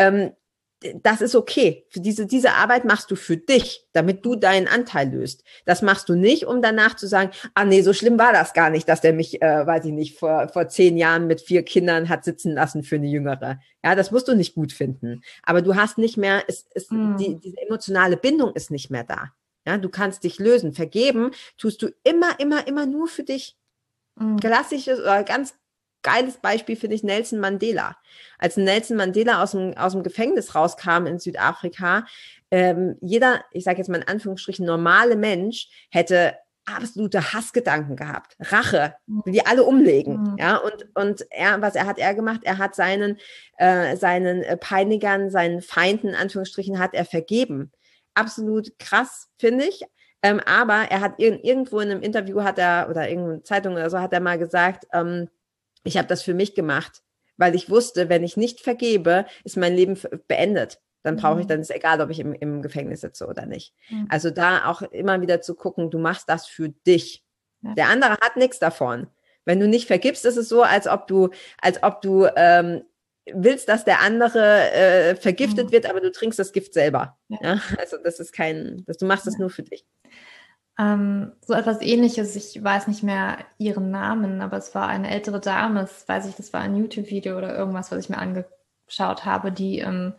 Das ist okay. Für diese Arbeit machst du für dich, damit du deinen Anteil löst. Das machst du nicht, um danach zu sagen, nee, so schlimm war das gar nicht, dass der mich, weiß ich nicht, vor 10 Jahren mit 4 Kindern hat sitzen lassen für eine Jüngere. Ja, das musst du nicht gut finden. Aber du hast nicht mehr, diese emotionale Bindung ist nicht mehr da. Ja, du kannst dich lösen. Vergeben tust du immer nur für dich. Klassisches oder ganz geiles Beispiel finde ich Nelson Mandela. Als Nelson Mandela aus dem Gefängnis rauskam in Südafrika, jeder, ich sage jetzt mal in Anführungsstrichen, normale Mensch hätte absolute Hassgedanken gehabt. Rache, will die alle umlegen. Ja, und was hat er gemacht? Er hat seinen Peinigern, seinen Feinden, in Anführungsstrichen, hat er vergeben. Absolut krass, finde ich. Aber er hat irgendwo in einem Interview oder irgendeine Zeitung oder so hat er mal gesagt, ich habe das für mich gemacht, weil ich wusste, wenn ich nicht vergebe, ist mein Leben beendet. Dann ist egal, ob ich im Gefängnis sitze oder nicht. Also da auch immer wieder zu gucken, du machst das für dich. Ja. Der andere hat nichts davon. Wenn du nicht vergibst, ist es so, als ob du willst, dass der andere vergiftet wird, aber du trinkst das Gift selber. Ja. Ja? Also das ist du machst es nur für dich. So etwas Ähnliches, ich weiß nicht mehr ihren Namen, aber es war eine ältere Dame, das war ein YouTube-Video oder irgendwas, was ich mir angeschaut habe, die im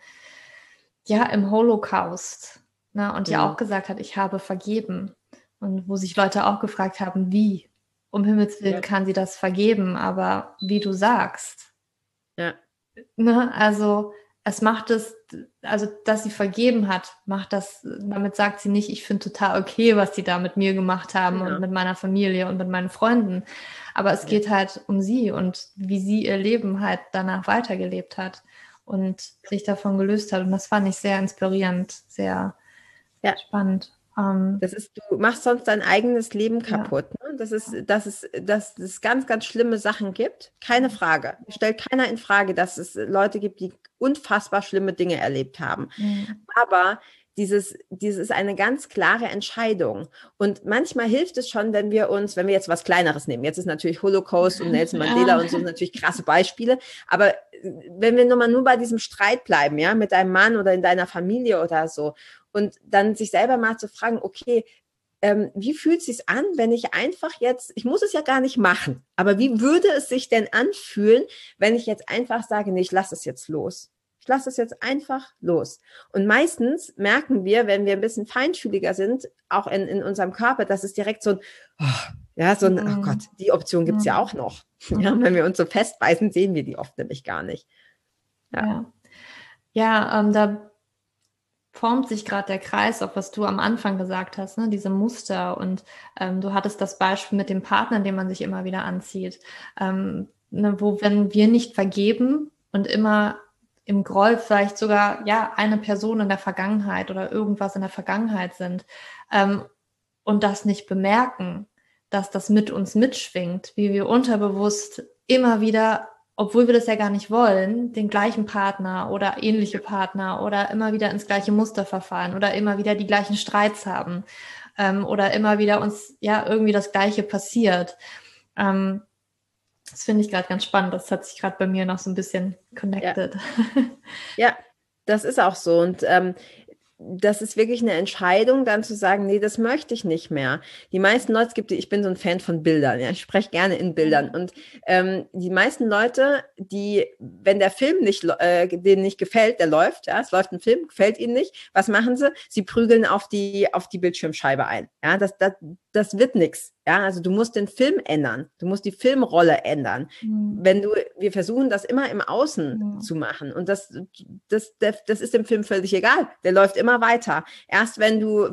Holocaust, ne, und ja auch gesagt hat, ich habe vergeben. Und wo sich Leute auch gefragt haben, wie? Um Himmels Willen kann sie das vergeben, aber wie du sagst. Ja. Ne, also es macht es, also dass sie vergeben hat, damit sagt sie nicht, ich finde total okay, was die da mit mir gemacht haben und mit meiner Familie und mit meinen Freunden. Aber es geht halt um sie und wie sie ihr Leben halt danach weitergelebt hat und sich davon gelöst hat. Und das fand ich sehr inspirierend, sehr spannend. Du machst sonst dein eigenes Leben kaputt. Ne? Dass es ganz, ganz schlimme Sachen gibt. Keine Frage. Stellt keiner in Frage, dass es Leute gibt, die unfassbar schlimme Dinge erlebt haben. Aber dieses ist eine ganz klare Entscheidung. Und manchmal hilft es schon, wenn wir jetzt was Kleineres nehmen. Jetzt ist natürlich Holocaust und Nelson Mandela und so natürlich krasse Beispiele. Aber wenn wir nur bei diesem Streit bleiben, ja, mit deinem Mann oder in deiner Familie oder so, und dann sich selber mal zu fragen, okay, wie fühlt es sich an, wenn ich einfach jetzt, ich muss es ja gar nicht machen, aber wie würde es sich denn anfühlen, wenn ich jetzt einfach sage, nee, ich lasse es jetzt los. Ich lasse es jetzt einfach los. Und meistens merken wir, wenn wir ein bisschen feinfühliger sind, auch in unserem Körper, dass es direkt so oh Gott, die Option gibt's ja auch noch. Ja, wenn wir uns so festbeißen, sehen wir die oft nämlich gar nicht. Da formt sich gerade der Kreis, auch was du am Anfang gesagt hast, ne? Diese Muster, und du hattest das Beispiel mit dem Partner, den man sich immer wieder anzieht, wo, wenn wir nicht vergeben und immer im Groll vielleicht sogar eine Person in der Vergangenheit oder irgendwas in der Vergangenheit sind und das nicht bemerken, dass das mit uns mitschwingt, wie wir unterbewusst immer wieder, obwohl wir das ja gar nicht wollen, den gleichen Partner oder ähnliche Partner oder immer wieder ins gleiche Muster verfallen oder immer wieder die gleichen Streits haben oder immer wieder uns irgendwie das Gleiche passiert. Das finde ich gerade ganz spannend. Das hat sich gerade bei mir noch so ein bisschen connected. Ja, das ist auch so. Und das ist wirklich eine Entscheidung, dann zu sagen, nee, das möchte ich nicht mehr. Die meisten Leute, ich bin so ein Fan von Bildern, ja, ich spreche gerne in Bildern. Und die meisten Leute, wenn der Film denen nicht gefällt, der läuft, ja, es läuft ein Film, gefällt ihnen nicht, was machen sie? Sie prügeln auf die Bildschirmscheibe ein. Ja, das wird nichts. Ja, also du musst den Film ändern, du musst die Filmrolle ändern. Wir versuchen das immer im Außen zu machen, und das ist dem Film völlig egal. Der läuft immer weiter. Erst wenn du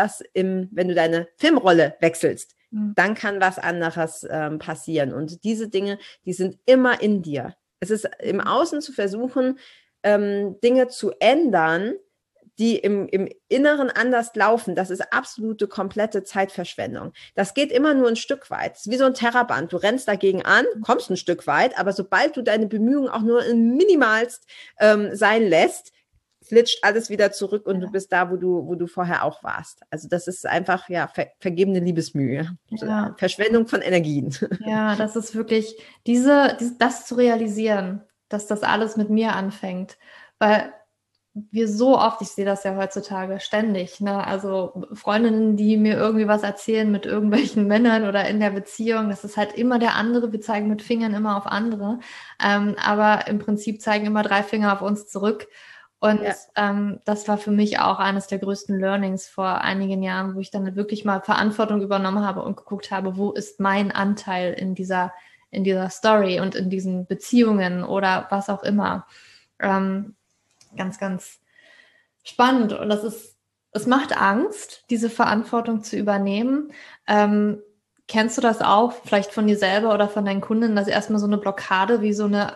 deine Filmrolle wechselst, dann kann was anderes passieren. Und diese Dinge, die sind immer in dir. Es ist im Außen zu versuchen, Dinge zu ändern, die im Inneren anders laufen. Das ist absolute, komplette Zeitverschwendung. Das geht immer nur ein Stück weit. Das ist wie so ein Terraband. Du rennst dagegen an, kommst ein Stück weit, aber sobald du deine Bemühungen auch nur minimalst sein lässt, flitscht alles wieder zurück und du bist da, wo du vorher auch warst. Also das ist einfach vergebene Liebesmühe. Verschwendung von Energien. Ja, das ist wirklich das zu realisieren, dass das alles mit mir anfängt. Weil wir so oft, ich sehe das ja heutzutage ständig, ne? Also Freundinnen, die mir irgendwie was erzählen mit irgendwelchen Männern oder in der Beziehung, das ist halt immer der andere, wir zeigen mit Fingern immer auf andere, aber im Prinzip zeigen immer 3 Finger auf uns zurück. Und das war für mich auch eines der größten Learnings vor einigen Jahren, wo ich dann wirklich mal Verantwortung übernommen habe und geguckt habe, wo ist mein Anteil in dieser Story und in diesen Beziehungen oder was auch immer. Ganz, ganz spannend. Und es macht Angst, diese Verantwortung zu übernehmen. Kennst du das auch, vielleicht von dir selber oder von deinen Kunden, dass erstmal so eine Blockade wie so eine,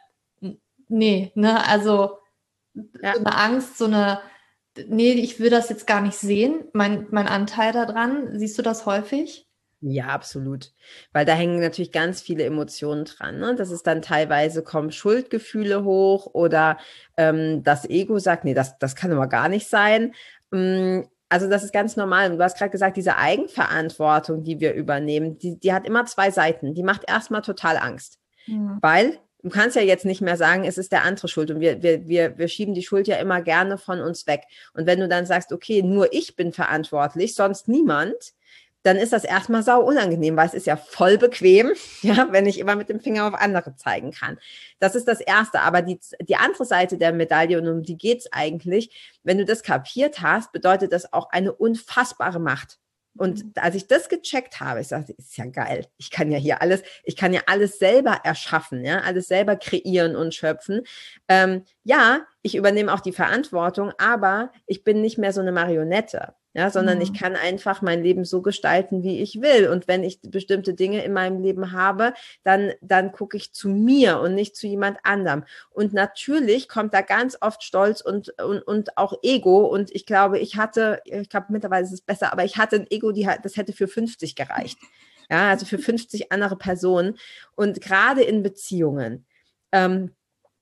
so eine Angst, ich will das jetzt gar nicht sehen, mein Anteil daran. Siehst du das häufig? Ja, absolut. Weil da hängen natürlich ganz viele Emotionen dran. Ne? Das ist dann teilweise, kommen Schuldgefühle hoch oder das Ego sagt, nee, das kann aber gar nicht sein. Also das ist ganz normal. Du hast gerade gesagt, diese Eigenverantwortung, die wir übernehmen, die hat immer 2 Seiten. Die macht erstmal total Angst. Weil du kannst ja jetzt nicht mehr sagen, es ist der andere schuld. Und wir schieben die Schuld ja immer gerne von uns weg. Und wenn du dann sagst, okay, nur ich bin verantwortlich, sonst niemand, dann ist das erstmal sau unangenehm, weil es ist ja voll bequem, ja, wenn ich immer mit dem Finger auf andere zeigen kann. Das ist das Erste. Aber die andere Seite der Medaille, und um die geht's eigentlich, wenn du das kapiert hast, bedeutet das auch eine unfassbare Macht. Und als ich das gecheckt habe, ich sagte, ist ja geil. Ich kann ja alles selber erschaffen, ja, alles selber kreieren und schöpfen. Ich übernehme auch die Verantwortung, aber ich bin nicht mehr so eine Marionette. Ja, sondern ich kann einfach mein Leben so gestalten, wie ich will. Und wenn ich bestimmte Dinge in meinem Leben habe, dann gucke ich zu mir und nicht zu jemand anderem. Und natürlich kommt da ganz oft Stolz und auch Ego. Und ich glaube, mittlerweile ist es besser, aber ich hatte ein Ego, das hätte für 50 gereicht. Ja, also für 50 andere Personen. Und gerade in Beziehungen,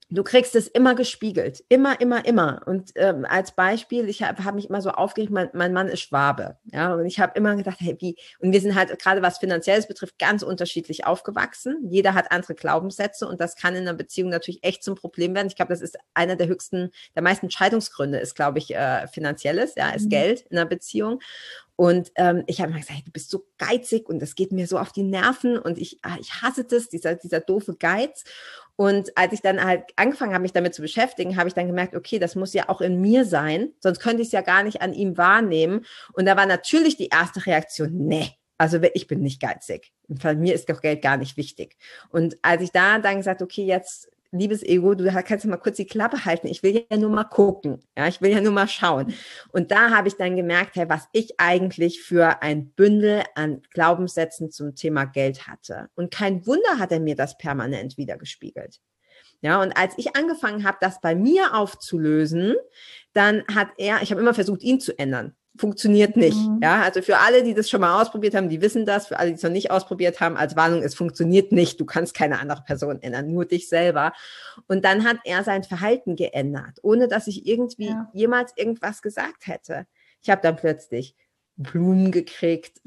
Du kriegst es immer gespiegelt, immer, immer, immer. Und als Beispiel, ich hab mich immer so aufgeregt, mein Mann ist Schwabe, ja, und ich habe immer gedacht, hey, wie? Und wir sind halt gerade was Finanzielles betrifft ganz unterschiedlich aufgewachsen. Jeder hat andere Glaubenssätze und das kann in einer Beziehung natürlich echt zum Problem werden. Ich glaube, das ist einer der meisten Scheidungsgründe ist, glaube ich, finanzielles, ja, ist Geld in einer Beziehung. Und ich habe immer gesagt, hey, du bist so geizig und das geht mir so auf die Nerven und ich hasse das, dieser doofe Geiz. Und als ich dann halt angefangen habe, mich damit zu beschäftigen, habe ich dann gemerkt, okay, das muss ja auch in mir sein, sonst könnte ich es ja gar nicht an ihm wahrnehmen. Und da war natürlich die erste Reaktion, nee, also ich bin nicht geizig. Mir ist doch Geld gar nicht wichtig. Und als ich da dann gesagt, okay, jetzt liebes Ego, du kannst mal kurz die Klappe halten. Ich will ja nur mal gucken. Ja, ich will ja nur mal schauen. Und da habe ich dann gemerkt, hey, was ich eigentlich für ein Bündel an Glaubenssätzen zum Thema Geld hatte. Und kein Wunder hat er mir das permanent wiedergespiegelt. Ja, und als ich angefangen habe, das bei mir aufzulösen, dann ich habe immer versucht, ihn zu ändern. Funktioniert nicht. Ja, also für alle, die das schon mal ausprobiert haben, die wissen das. Für alle, die es noch nicht ausprobiert haben, als Warnung, es funktioniert nicht. Du kannst keine andere Person ändern, nur dich selber. Und dann hat er sein Verhalten geändert, ohne dass ich irgendwie jemals irgendwas gesagt hätte. Ich habe dann plötzlich Blumen gekriegt.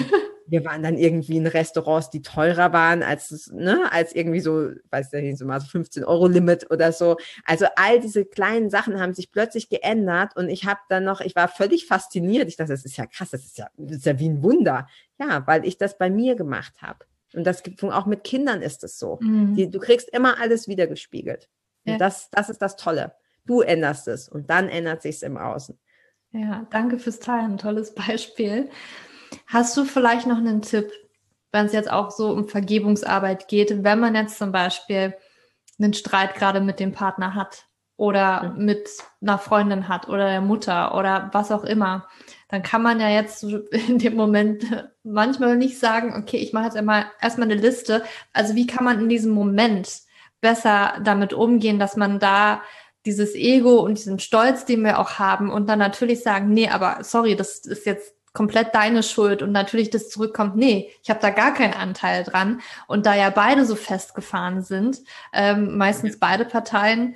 Wir waren dann irgendwie in Restaurants, die teurer waren als irgendwie so, weiß ich nicht, so mal so 15-Euro-Limit oder so. Also all diese kleinen Sachen haben sich plötzlich geändert und ich war völlig fasziniert. Ich dachte, das ist ja krass, das ist ja wie ein Wunder. Ja, weil ich das bei mir gemacht habe. Und auch mit Kindern ist es so. Du kriegst immer alles wiedergespiegelt. Und das ist das Tolle. Du änderst es und dann ändert sich's im Außen. Ja, danke fürs Teilen. Tolles Beispiel. Hast du vielleicht noch einen Tipp, wenn es jetzt auch so um Vergebungsarbeit geht, wenn man jetzt zum Beispiel einen Streit gerade mit dem Partner hat oder mit einer Freundin hat oder der Mutter oder was auch immer, dann kann man ja jetzt in dem Moment manchmal nicht sagen, okay, ich mache jetzt erstmal eine Liste. Also wie kann man in diesem Moment besser damit umgehen, dass man da dieses Ego und diesen Stolz, den wir auch haben und dann natürlich sagen, nee, aber sorry, das ist jetzt komplett deine Schuld und natürlich das zurückkommt, nee, ich habe da gar keinen Anteil dran. Und da ja beide so festgefahren sind, meistens beide Parteien,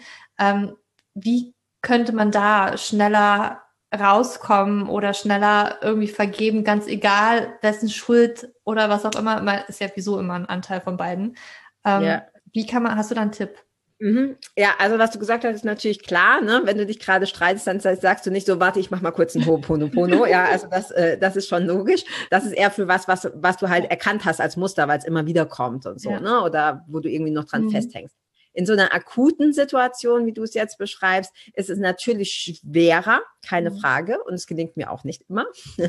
wie könnte man da schneller rauskommen oder schneller irgendwie vergeben, ganz egal, wessen Schuld oder was auch immer, ist ja wieso immer ein Anteil von beiden. Hast du da einen Tipp? Ja, also was du gesagt hast, ist natürlich klar, ne? Wenn du dich gerade streitest, dann sagst du nicht so, warte, ich mach mal kurz einen Ho'oponopono. Ja, also das ist schon logisch. Das ist eher für was du halt erkannt hast als Muster, weil es immer wieder kommt und so, ne? Oder wo du irgendwie noch dran festhängst. In so einer akuten Situation, wie du es jetzt beschreibst, ist es natürlich schwerer, keine Frage. Und es gelingt mir auch nicht immer.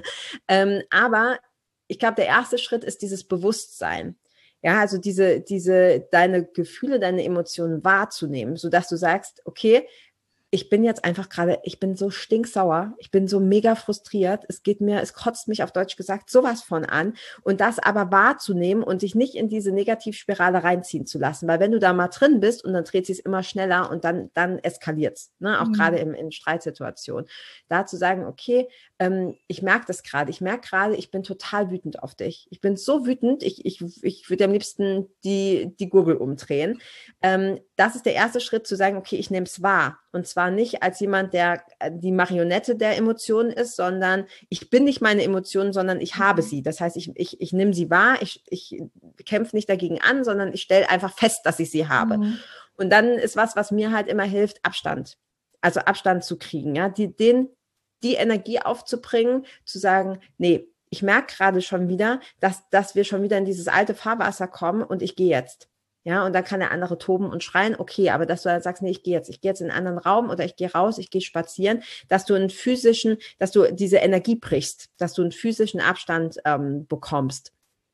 Aber ich glaube, der erste Schritt ist dieses Bewusstsein. Ja, also deine Gefühle, deine Emotionen wahrzunehmen, sodass du sagst, okay, ich bin so stinksauer, ich bin so mega frustriert, es kotzt mich auf Deutsch gesagt sowas von an und das aber wahrzunehmen und dich nicht in diese Negativspirale reinziehen zu lassen, weil wenn du da mal drin bist und dann dreht sie es immer schneller und dann eskaliert's, ne? Auch gerade in Streitsituationen, da zu sagen, okay, ich merke gerade, ich bin total wütend auf dich, ich bin so wütend, ich würde am liebsten die Gurgel umdrehen. Das ist der erste Schritt, zu sagen, okay, ich nehme es wahr. Und zwar nicht als jemand, der die Marionette der Emotionen ist, sondern ich bin nicht meine Emotionen, sondern ich habe sie. Das heißt, ich nehme sie wahr, ich kämpfe nicht dagegen an, sondern ich stelle einfach fest, dass ich sie habe. Und dann ist was mir halt immer hilft, Abstand. Also Abstand zu kriegen, ja, die Energie aufzubringen, zu sagen, nee, ich merke gerade schon wieder, dass wir schon wieder in dieses alte Fahrwasser kommen und ich gehe jetzt. Ja, und dann kann der andere toben und schreien, okay, aber dass du dann sagst, nee, ich gehe jetzt in einen anderen Raum oder ich gehe raus, ich gehe spazieren, dass du diese Energie brichst, dass du einen physischen Abstand bekommst.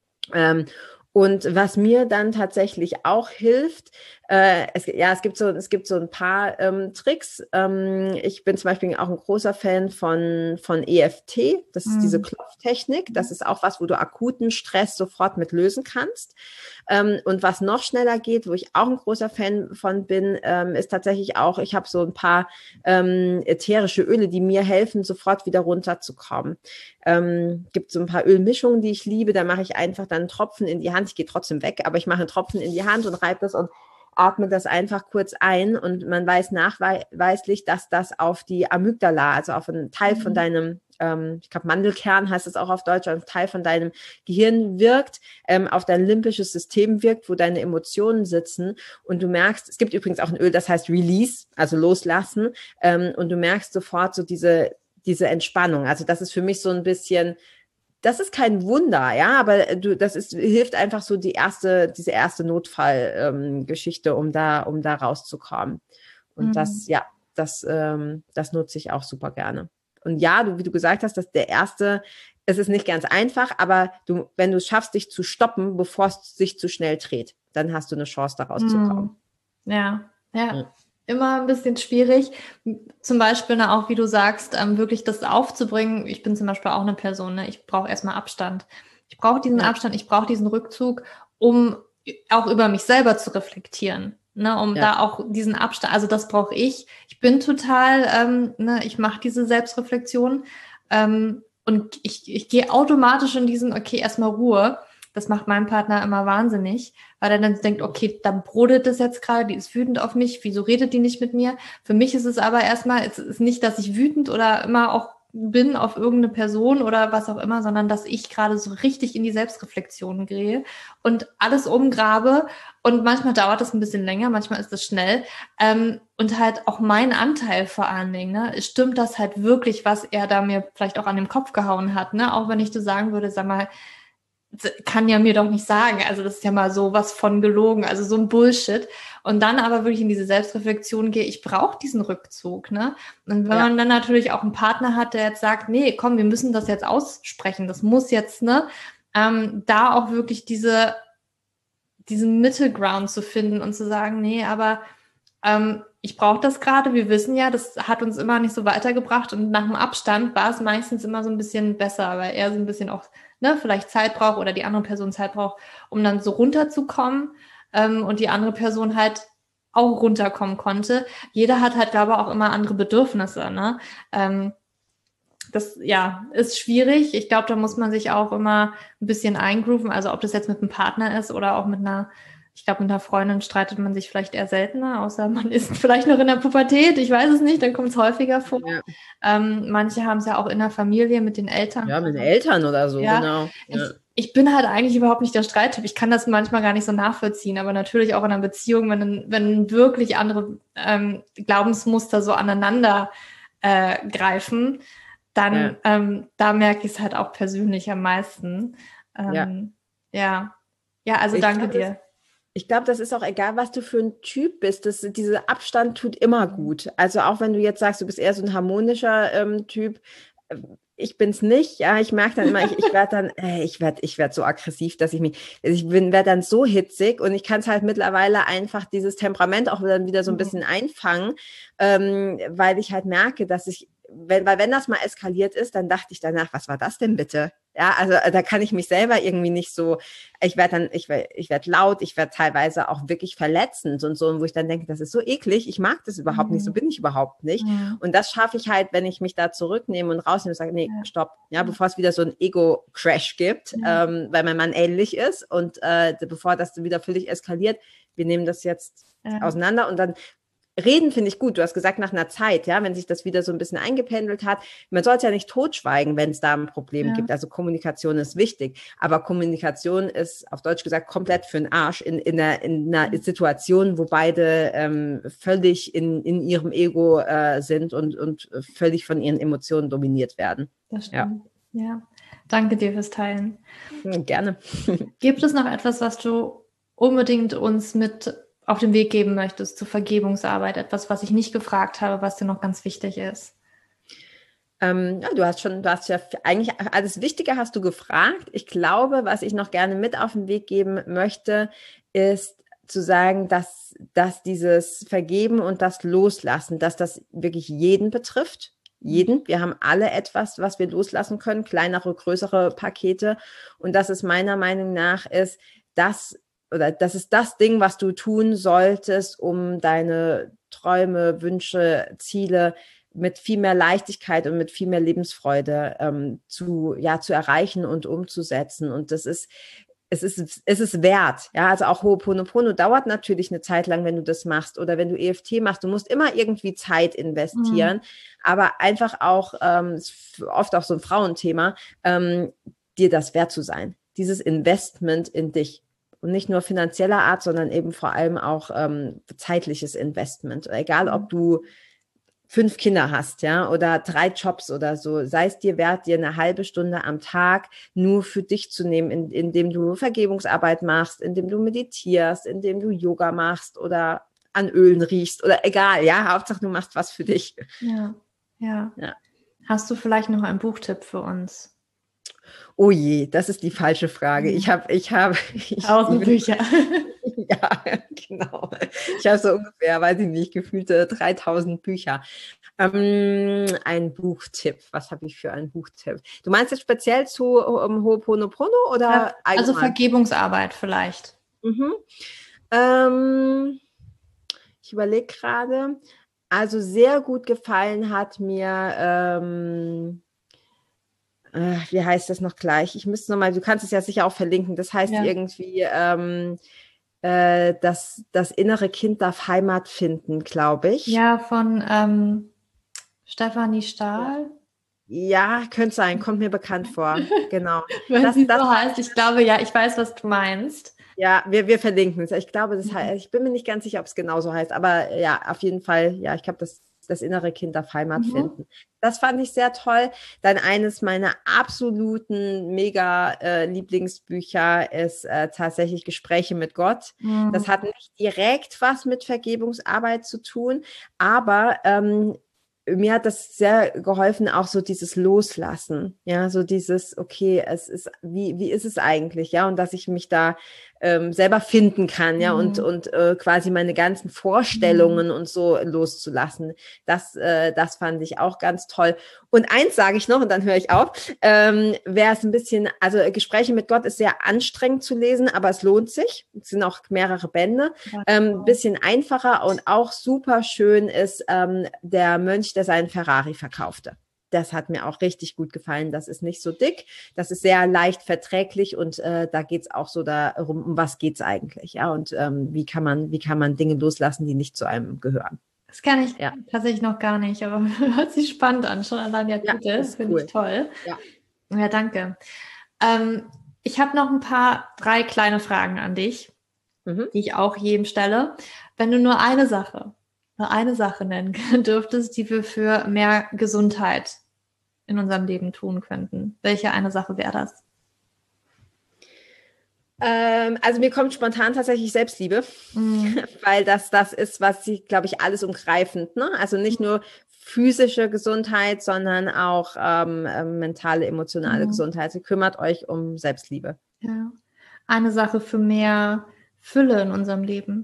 Und was mir dann tatsächlich auch hilft, es gibt so ein paar Tricks. Ich bin zum Beispiel auch ein großer Fan von EFT. Das ist diese Klopftechnik. Das ist auch was, wo du akuten Stress sofort mit lösen kannst. Und was noch schneller geht, wo ich auch ein großer Fan von bin, ist tatsächlich auch, ich habe so ein paar ätherische Öle, die mir helfen, sofort wieder runterzukommen. Gibt so ein paar Ölmischungen, die ich liebe. Da mache ich einfach dann einen Tropfen in die Hand. Ich gehe trotzdem weg, aber ich mache einen Tropfen in die Hand und reibe das und atme das einfach kurz ein und man weiß nachweislich, dass das auf die Amygdala, also auf einen Teil von deinem, ich glaube Mandelkern heißt es auch auf Deutsch, auf einen Teil von deinem Gehirn wirkt, auf dein limbisches System wirkt, wo deine Emotionen sitzen und du merkst, es gibt übrigens auch ein Öl, das heißt Release, also loslassen, und du merkst sofort so diese Entspannung. Also das ist für mich so ein bisschen, das ist kein Wunder, ja, aber hilft einfach so diese erste Notfallgeschichte, um da rauszukommen. Und das nutze ich auch super gerne. Und ja, wie du gesagt hast, es ist nicht ganz einfach, aber wenn du es schaffst, dich zu stoppen, bevor es sich zu schnell dreht, dann hast du eine Chance, da rauszukommen. Ja. Immer ein bisschen schwierig. Zum Beispiel auch, wie du sagst, wirklich das aufzubringen. Ich bin zum Beispiel auch eine Person, ne? Ich brauche erstmal Abstand. Ich brauche diesen Abstand, ich brauche diesen Rückzug, um auch über mich selber zu reflektieren. Ne, da auch diesen Abstand, also das brauche ich. Ich bin total, ich mache diese Selbstreflexion und ich gehe automatisch in diesen, okay, erstmal Ruhe. Das macht meinen Partner immer wahnsinnig, weil er dann denkt, okay, dann brodelt das jetzt gerade, die ist wütend auf mich, wieso redet die nicht mit mir? Für mich ist es aber erstmal, es ist nicht, dass ich wütend oder immer auch bin auf irgendeine Person oder was auch immer, sondern dass ich gerade so richtig in die Selbstreflexion gehe und alles umgrabe und manchmal dauert das ein bisschen länger, manchmal ist das schnell und halt auch mein Anteil vor allen Dingen, ne? Stimmt das halt wirklich, was er da mir vielleicht auch an den Kopf gehauen hat, ne? Auch wenn ich so sagen würde, sag mal, kann ja mir doch nicht sagen, also das ist ja mal so was von gelogen, also so ein Bullshit. Und dann aber wirklich in diese Selbstreflexion gehe, ich brauche diesen Rückzug, ne? Und wenn man dann natürlich auch einen Partner hat, der jetzt sagt, nee, komm, wir müssen das jetzt aussprechen, das muss jetzt, ne? Da auch wirklich diesen Mittelground zu finden und zu sagen, nee, aber ich brauche das gerade, wir wissen ja, das hat uns immer nicht so weitergebracht und nach dem Abstand war es meistens immer so ein bisschen besser, weil er so ein bisschen auch, ne, vielleicht Zeit braucht oder die andere Person Zeit braucht, um dann so runterzukommen und die andere Person halt auch runterkommen konnte. Jeder hat halt, glaube ich, auch immer andere Bedürfnisse, ne? Das, ist schwierig. Ich glaube, da muss man sich auch immer ein bisschen eingrooven, also ob das jetzt mit einem Partner ist oder auch mit einer Freundin streitet man sich vielleicht eher seltener, außer man ist vielleicht noch in der Pubertät, ich weiß es nicht, dann kommt es häufiger vor. Ja. Manche haben es ja auch in der Familie mit den Eltern. Ja, mit den Eltern oder so, genau. Ja. Ich bin halt eigentlich überhaupt nicht der Streittyp. Ich kann das manchmal gar nicht so nachvollziehen, aber natürlich auch in einer Beziehung, wenn wirklich andere Glaubensmuster so aneinander greifen, dann da merke ich es halt auch persönlich am meisten. Also danke dir. Ich glaube, das ist auch egal, was du für ein Typ bist. Dieser Abstand tut immer gut. Also auch wenn du jetzt sagst, du bist eher so ein harmonischer Typ. Ich bin's nicht. Ja, ich merke dann immer, ich werde so aggressiv, dass werde dann so hitzig und ich kann es halt mittlerweile einfach dieses Temperament auch wieder so ein bisschen einfangen, weil ich halt merke, dass wenn das mal eskaliert ist, dann dachte ich danach, was war das denn bitte? Ja, also da kann ich mich selber irgendwie nicht so, ich werde laut, ich werde teilweise auch wirklich verletzend und so, wo ich dann denke, das ist so eklig, ich mag das überhaupt nicht, so bin ich überhaupt nicht. Und das schaffe ich halt, wenn ich mich da zurücknehme und rausnehme und sage, nee, stopp, ja, bevor es wieder so einen Ego-Crash gibt, weil mein Mann ähnlich ist und bevor das wieder völlig eskaliert, wir nehmen das jetzt auseinander und dann reden finde ich gut. Du hast gesagt, nach einer Zeit, ja, wenn sich das wieder so ein bisschen eingependelt hat. Man sollte ja nicht totschweigen, wenn es da ein Problem gibt. Also Kommunikation ist wichtig. Aber Kommunikation ist, auf Deutsch gesagt, komplett für den Arsch in einer Situation, wo beide völlig in ihrem Ego sind und völlig von ihren Emotionen dominiert werden. Das stimmt. Ja. Danke dir fürs Teilen. Gerne. Gibt es noch etwas, was du unbedingt uns mit auf den Weg geben möchtest zur Vergebungsarbeit? Etwas, was ich nicht gefragt habe, was dir noch ganz wichtig ist? Du hast ja eigentlich alles Wichtige hast du gefragt. Ich glaube, was ich noch gerne mit auf den Weg geben möchte, ist zu sagen, dass dieses Vergeben und das Loslassen, dass das wirklich jeden betrifft. Jeden. Wir haben alle etwas, was wir loslassen können, kleinere, größere Pakete. Und dass es meiner Meinung nach ist, das ist das Ding, was du tun solltest, um deine Träume, Wünsche, Ziele mit viel mehr Leichtigkeit und mit viel mehr Lebensfreude zu erreichen und umzusetzen. Und das ist es ist wert. Ja, also auch Ho'oponopono dauert natürlich eine Zeit lang, wenn du das machst oder wenn du EFT machst. Du musst immer irgendwie Zeit investieren, aber einfach auch, ist oft auch so ein Frauenthema, dir das wert zu sein. Dieses Investment in dich. Und nicht nur finanzieller Art, sondern eben vor allem auch zeitliches Investment. Egal, ob du 5 Kinder hast, ja, oder 3 Jobs oder so, sei es dir wert, dir eine halbe Stunde am Tag nur für dich zu nehmen, indem du Vergebungsarbeit machst, indem du meditierst, indem du Yoga machst oder an Ölen riechst oder egal, ja, Hauptsache du machst was für dich. Ja. Hast du vielleicht noch einen Buchtipp für uns? Oh je, das ist die falsche Frage. Ich habe 1000 Bücher. Ja, genau. Ich habe so ungefähr, weiß ich nicht, gefühlte 3000 Bücher. Ein Buchtipp. Was habe ich für einen Buchtipp? Du meinst jetzt speziell zu Ho'oponopono oder Ja, allgemein? also Vergebungsarbeit vielleicht. Ich überlege gerade. Also sehr gut gefallen hat mir wie heißt das noch gleich? Ich müsste nochmal, du kannst es ja sicher auch verlinken. Das heißt irgendwie, das innere Kind darf Heimat finden, glaube ich. Ja, von Stefanie Stahl. Ja, könnte sein, kommt mir bekannt vor. Genau. Wenn sie so heißt, ich glaube, ja, ich weiß, was du meinst. Ja, wir verlinken es. Ich glaube, das heißt, ich bin mir nicht ganz sicher, ob es genauso heißt, aber ja, auf jeden Fall, ja, ich glaube, das innere Kind darf Heimat finden. Das fand ich sehr toll. Dann eines meiner absoluten mega Lieblingsbücher ist tatsächlich Gespräche mit Gott. Das hat nicht direkt was mit Vergebungsarbeit zu tun, aber mir hat das sehr geholfen, auch so dieses Loslassen, ja, so dieses, okay, es ist, wie ist es eigentlich, ja, und dass ich mich da selber finden kann, ja, und quasi meine ganzen Vorstellungen und so loszulassen. Das fand ich auch ganz toll. Und eins sage ich noch, und dann höre ich auf, wäre es ein bisschen, also Gespräche mit Gott ist sehr anstrengend zu lesen, aber es lohnt sich. Es sind auch mehrere Bände. Ein bisschen einfacher und auch super schön ist der Mönch, der seinen Ferrari verkaufte. Das hat mir auch richtig gut gefallen. Das ist nicht so dick, das ist sehr leicht verträglich und da geht es auch so darum, um was geht es eigentlich, ja, und wie kann man Dinge loslassen, die nicht zu einem gehören. Das kann ich tatsächlich noch gar nicht, aber hört sich spannend an, schon allein der Titel, das finde ich toll. Ja, danke. Ich habe noch 3 kleine Fragen an dich, die ich auch jedem stelle. Wenn du nur eine Sache nennen dürftest, die wir für mehr Gesundheit in unserem Leben tun könnten, welche eine Sache wäre das? Also mir kommt spontan tatsächlich Selbstliebe, weil das ist, was sie, glaube ich, alles umgreifend, ne? Also nicht nur physische Gesundheit, sondern auch mentale, emotionale Gesundheit. Sie kümmert euch um Selbstliebe. Ja. Eine Sache für mehr Fülle in unserem Leben.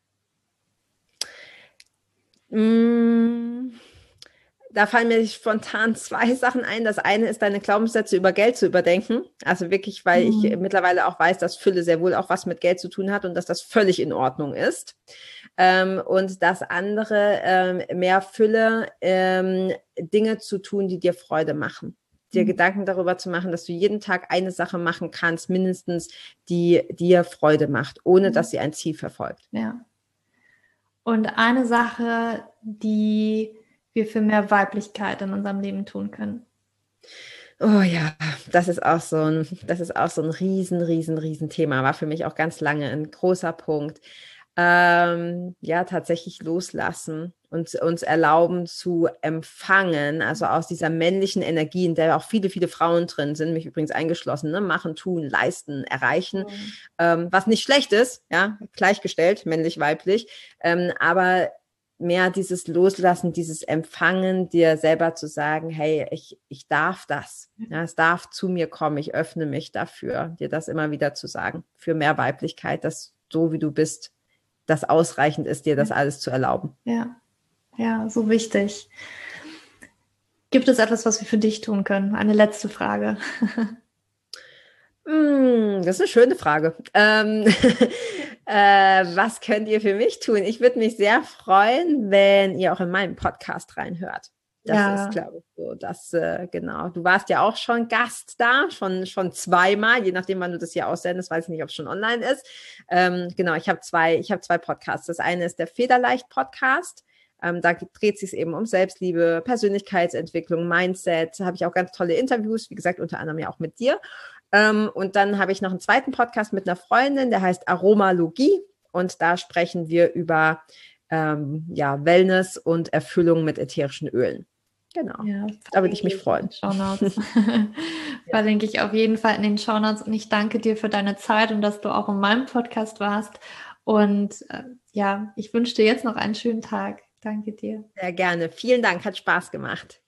Da fallen mir spontan 2 Sachen ein. Das eine ist, deine Glaubenssätze über Geld zu überdenken. Also wirklich, weil ich mittlerweile auch weiß, dass Fülle sehr wohl auch was mit Geld zu tun hat und dass das völlig in Ordnung ist. Und das andere, mehr Fülle, Dinge zu tun, die dir Freude machen. Dir Gedanken darüber zu machen, dass du jeden Tag eine Sache machen kannst, mindestens, die dir Freude macht, ohne dass sie ein Ziel verfolgt. Ja. Und eine Sache, die wir für mehr Weiblichkeit in unserem Leben tun können. Oh ja, das ist auch so ein riesen Thema. War für mich auch ganz lange ein großer Punkt. Ja, tatsächlich loslassen und uns erlauben zu empfangen, also aus dieser männlichen Energie, in der auch viele Frauen drin sind, mich übrigens eingeschlossen, ne? Machen, tun, leisten, erreichen, was nicht schlecht ist, ja, gleichgestellt, männlich, weiblich, aber mehr dieses Loslassen, dieses Empfangen, dir selber zu sagen, hey, ich darf das, ja, es darf zu mir kommen, ich öffne mich dafür, dir das immer wieder zu sagen, für mehr Weiblichkeit, dass so wie du bist, das ausreichend ist, dir das alles zu erlauben. Ja, so wichtig. Gibt es etwas, was wir für dich tun können? Eine letzte Frage. Das ist eine schöne Frage. Was könnt ihr für mich tun? Ich würde mich sehr freuen, wenn ihr auch in meinen Podcast reinhört. Das ist, glaube ich, so, dass, genau. Du warst ja auch schon Gast da, schon zweimal, je nachdem, wann du das hier aussendest, weiß ich nicht, ob es schon online ist. Genau, ich habe zwei Podcasts. Das eine ist der Federleicht-Podcast. Da dreht es sich eben um Selbstliebe, Persönlichkeitsentwicklung, Mindset. Da habe ich auch ganz tolle Interviews, wie gesagt, unter anderem ja auch mit dir. Und dann habe ich noch einen zweiten Podcast mit einer Freundin, der heißt Aromalogie. Und da sprechen wir über Wellness und Erfüllung mit ätherischen Ölen. Genau, ja, da würde ich mich freuen. Verlinke ich auf jeden Fall in den Shownotes und ich danke dir für deine Zeit und dass du auch in meinem Podcast warst. Und ich wünsche dir jetzt noch einen schönen Tag. Danke dir. Sehr gerne. Vielen Dank, hat Spaß gemacht.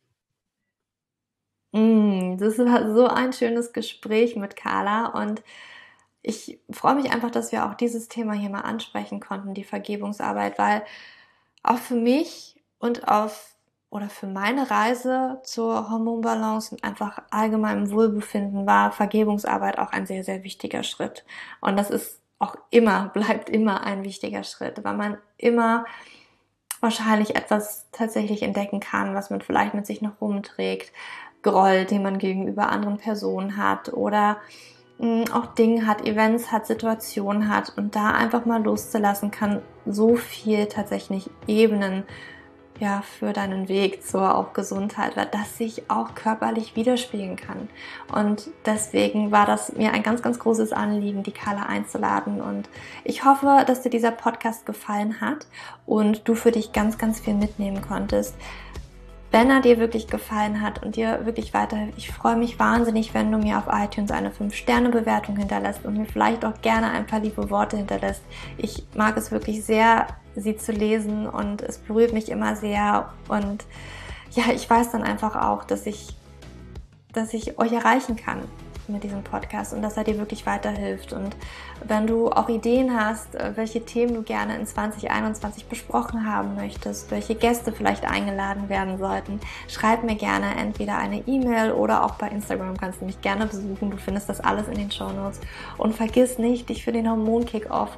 Das war so ein schönes Gespräch mit Carla und ich freue mich einfach, dass wir auch dieses Thema hier mal ansprechen konnten, die Vergebungsarbeit, weil auch für mich und für meine Reise zur Hormonbalance und einfach allgemeinem Wohlbefinden war Vergebungsarbeit auch ein sehr, sehr wichtiger Schritt. Und das ist auch bleibt immer ein wichtiger Schritt, weil man immer wahrscheinlich etwas tatsächlich entdecken kann, was man vielleicht mit sich noch rumträgt, Groll, den man gegenüber anderen Personen hat oder auch Dinge hat, Events hat, Situationen hat und da einfach mal loszulassen kann so viel tatsächlich Ebenen für deinen Weg zur auch Gesundheit, weil das sich auch körperlich widerspiegeln kann. Und deswegen war das mir ein ganz, ganz großes Anliegen, die Carla einzuladen. Und ich hoffe, dass dir dieser Podcast gefallen hat und du für dich ganz, ganz viel mitnehmen konntest. Wenn er dir wirklich gefallen hat und dir wirklich weiterhilft, ich freue mich wahnsinnig, wenn du mir auf iTunes eine 5-Sterne-Bewertung hinterlässt und mir vielleicht auch gerne ein paar liebe Worte hinterlässt. Ich mag es wirklich sehr, sie zu lesen und es berührt mich immer sehr und ich weiß dann einfach auch, dass ich euch erreichen kann mit diesem Podcast und dass er dir wirklich weiterhilft. Und wenn du auch Ideen hast, welche Themen du gerne in 2021 besprochen haben möchtest, welche Gäste vielleicht eingeladen werden sollten, schreib mir gerne entweder eine E-Mail oder auch bei Instagram kannst du mich gerne besuchen. Du findest das alles in den Shownotes. Und vergiss nicht, dich für den Hormon-Kick-Off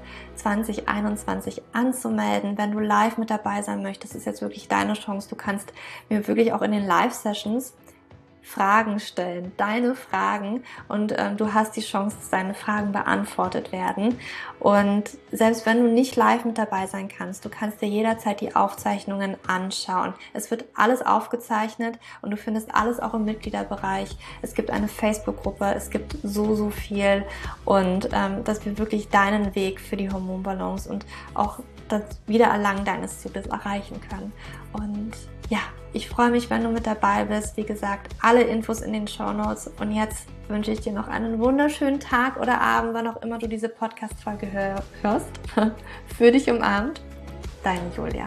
2021 anzumelden. Wenn du live mit dabei sein möchtest, ist jetzt wirklich deine Chance. Du kannst mir wirklich auch in den Live-Sessions Fragen stellen, deine Fragen und du hast die Chance, dass deine Fragen beantwortet werden und selbst wenn du nicht live mit dabei sein kannst, du kannst dir jederzeit die Aufzeichnungen anschauen. Es wird alles aufgezeichnet und du findest alles auch im Mitgliederbereich. Es gibt eine Facebook-Gruppe, es gibt so viel und dass wir wirklich deinen Weg für die Hormonbalance und auch das Wiedererlangen deines Zykls erreichen können. Und ich freue mich, wenn du mit dabei bist. Wie gesagt, alle Infos in den Shownotes. Und jetzt wünsche ich dir noch einen wunderschönen Tag oder Abend, wann auch immer du diese Podcast-Folge hörst. Für dich umarmt, deine Julia.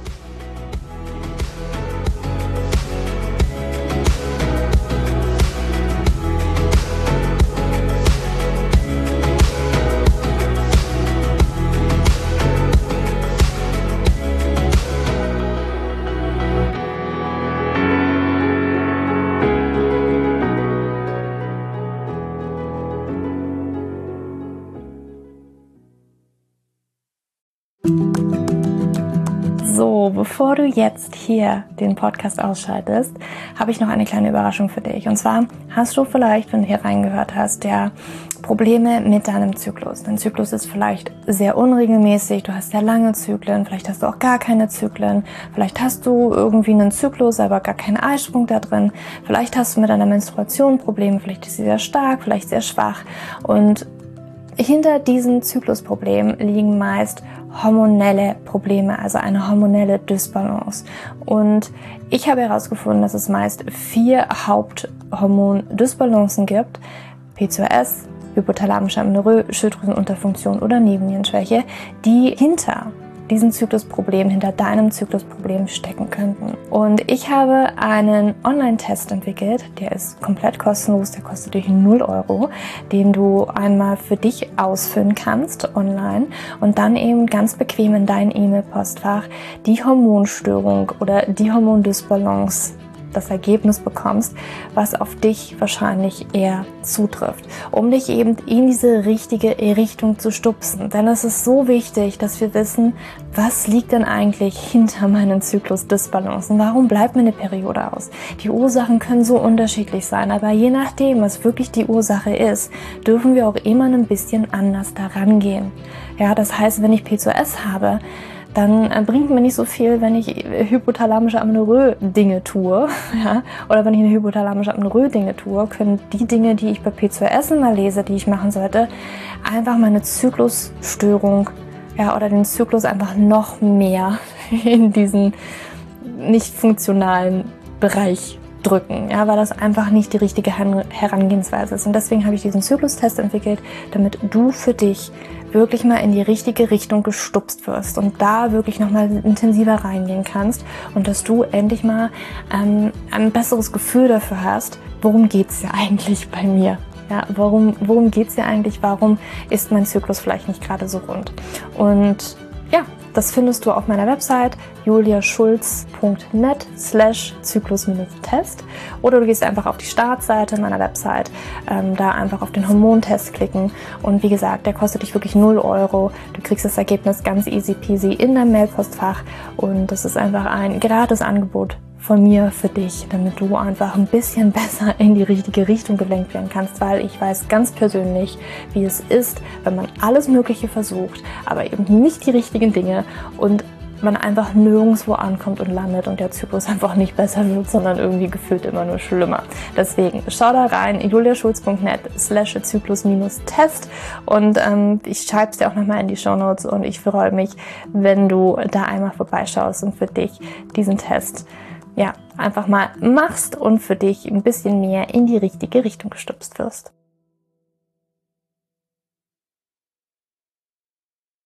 So, bevor du jetzt hier den Podcast ausschaltest, habe ich noch eine kleine Überraschung für dich. Und zwar hast du vielleicht, wenn du hier reingehört hast, Probleme mit deinem Zyklus. Dein Zyklus ist vielleicht sehr unregelmäßig, du hast sehr lange Zyklen, vielleicht hast du auch gar keine Zyklen, vielleicht hast du irgendwie einen Zyklus, aber gar keinen Eisprung da drin, vielleicht hast du mit deiner Menstruation Probleme, vielleicht ist sie sehr stark, vielleicht sehr schwach und hinter diesen Zyklusproblemen liegen meist hormonelle Probleme, also eine hormonelle Dysbalance. Und ich habe herausgefunden, dass es meist 4 Haupthormon-Dysbalancen gibt: PCOS, hypothalamische Amenorrhoe, Schilddrüsenunterfunktion oder Nebennierenschwäche, die hinter diesen Zyklusproblemen, hinter deinem Zyklusproblem stecken könnten. Und ich habe einen Online-Test entwickelt, der ist komplett kostenlos, der kostet dich 0 €, den du einmal für dich ausfüllen kannst online und dann eben ganz bequem in dein E-Mail-Postfach die Hormonstörung oder die Hormondysbalance das Ergebnis bekommst, was auf dich wahrscheinlich eher zutrifft, um dich eben in diese richtige Richtung zu stupsen. Denn es ist so wichtig, dass wir wissen, was liegt denn eigentlich hinter meinen Zyklusdysbalancen? Warum bleibt mir eine Periode aus? Die Ursachen können so unterschiedlich sein, aber je nachdem, was wirklich die Ursache ist, dürfen wir auch immer ein bisschen anders daran gehen. Ja, das heißt, wenn ich PCOS habe, dann bringt mir nicht so viel, wenn ich hypothalamische Amenorrhoe-Dinge tue. Ja? Oder wenn ich eine hypothalamische Amenorrhoe-Dinge tue, können die Dinge, die ich bei PCOS immer lese, die ich machen sollte, einfach meine Zyklusstörung, ja, oder den Zyklus einfach noch mehr in diesen nicht funktionalen Bereich drücken, ja, weil das einfach nicht die richtige Herangehensweise ist. Und deswegen habe ich diesen Zyklustest entwickelt, damit du für dich wirklich mal in die richtige Richtung gestupst wirst und da wirklich nochmal intensiver reingehen kannst und dass du endlich mal ein besseres Gefühl dafür hast, worum geht's ja eigentlich bei mir? Ja, worum geht's ja eigentlich? Warum ist mein Zyklus vielleicht nicht gerade so rund? Und ja, das findest du auf meiner Website juliaschulz.net/Zyklus-Test oder du gehst einfach auf die Startseite meiner Website, da einfach auf den Hormontest klicken und wie gesagt, der kostet dich wirklich 0 €. Du kriegst das Ergebnis ganz easy peasy in deinem Mailpostfach und das ist einfach ein gratis Angebot von mir für dich, damit du einfach ein bisschen besser in die richtige Richtung gelenkt werden kannst, weil ich weiß ganz persönlich, wie es ist, wenn man alles Mögliche versucht, aber eben nicht die richtigen Dinge und man einfach nirgendwo ankommt und landet und der Zyklus einfach nicht besser wird, sondern irgendwie gefühlt immer nur schlimmer. Deswegen schau da rein, juliaschulz.net/Zyklus-Test und ich schreibe es dir auch nochmal in die Shownotes und ich freue mich, wenn du da einmal vorbeischaust und für dich diesen Test einfach mal machst und für dich ein bisschen mehr in die richtige Richtung gestupst wirst.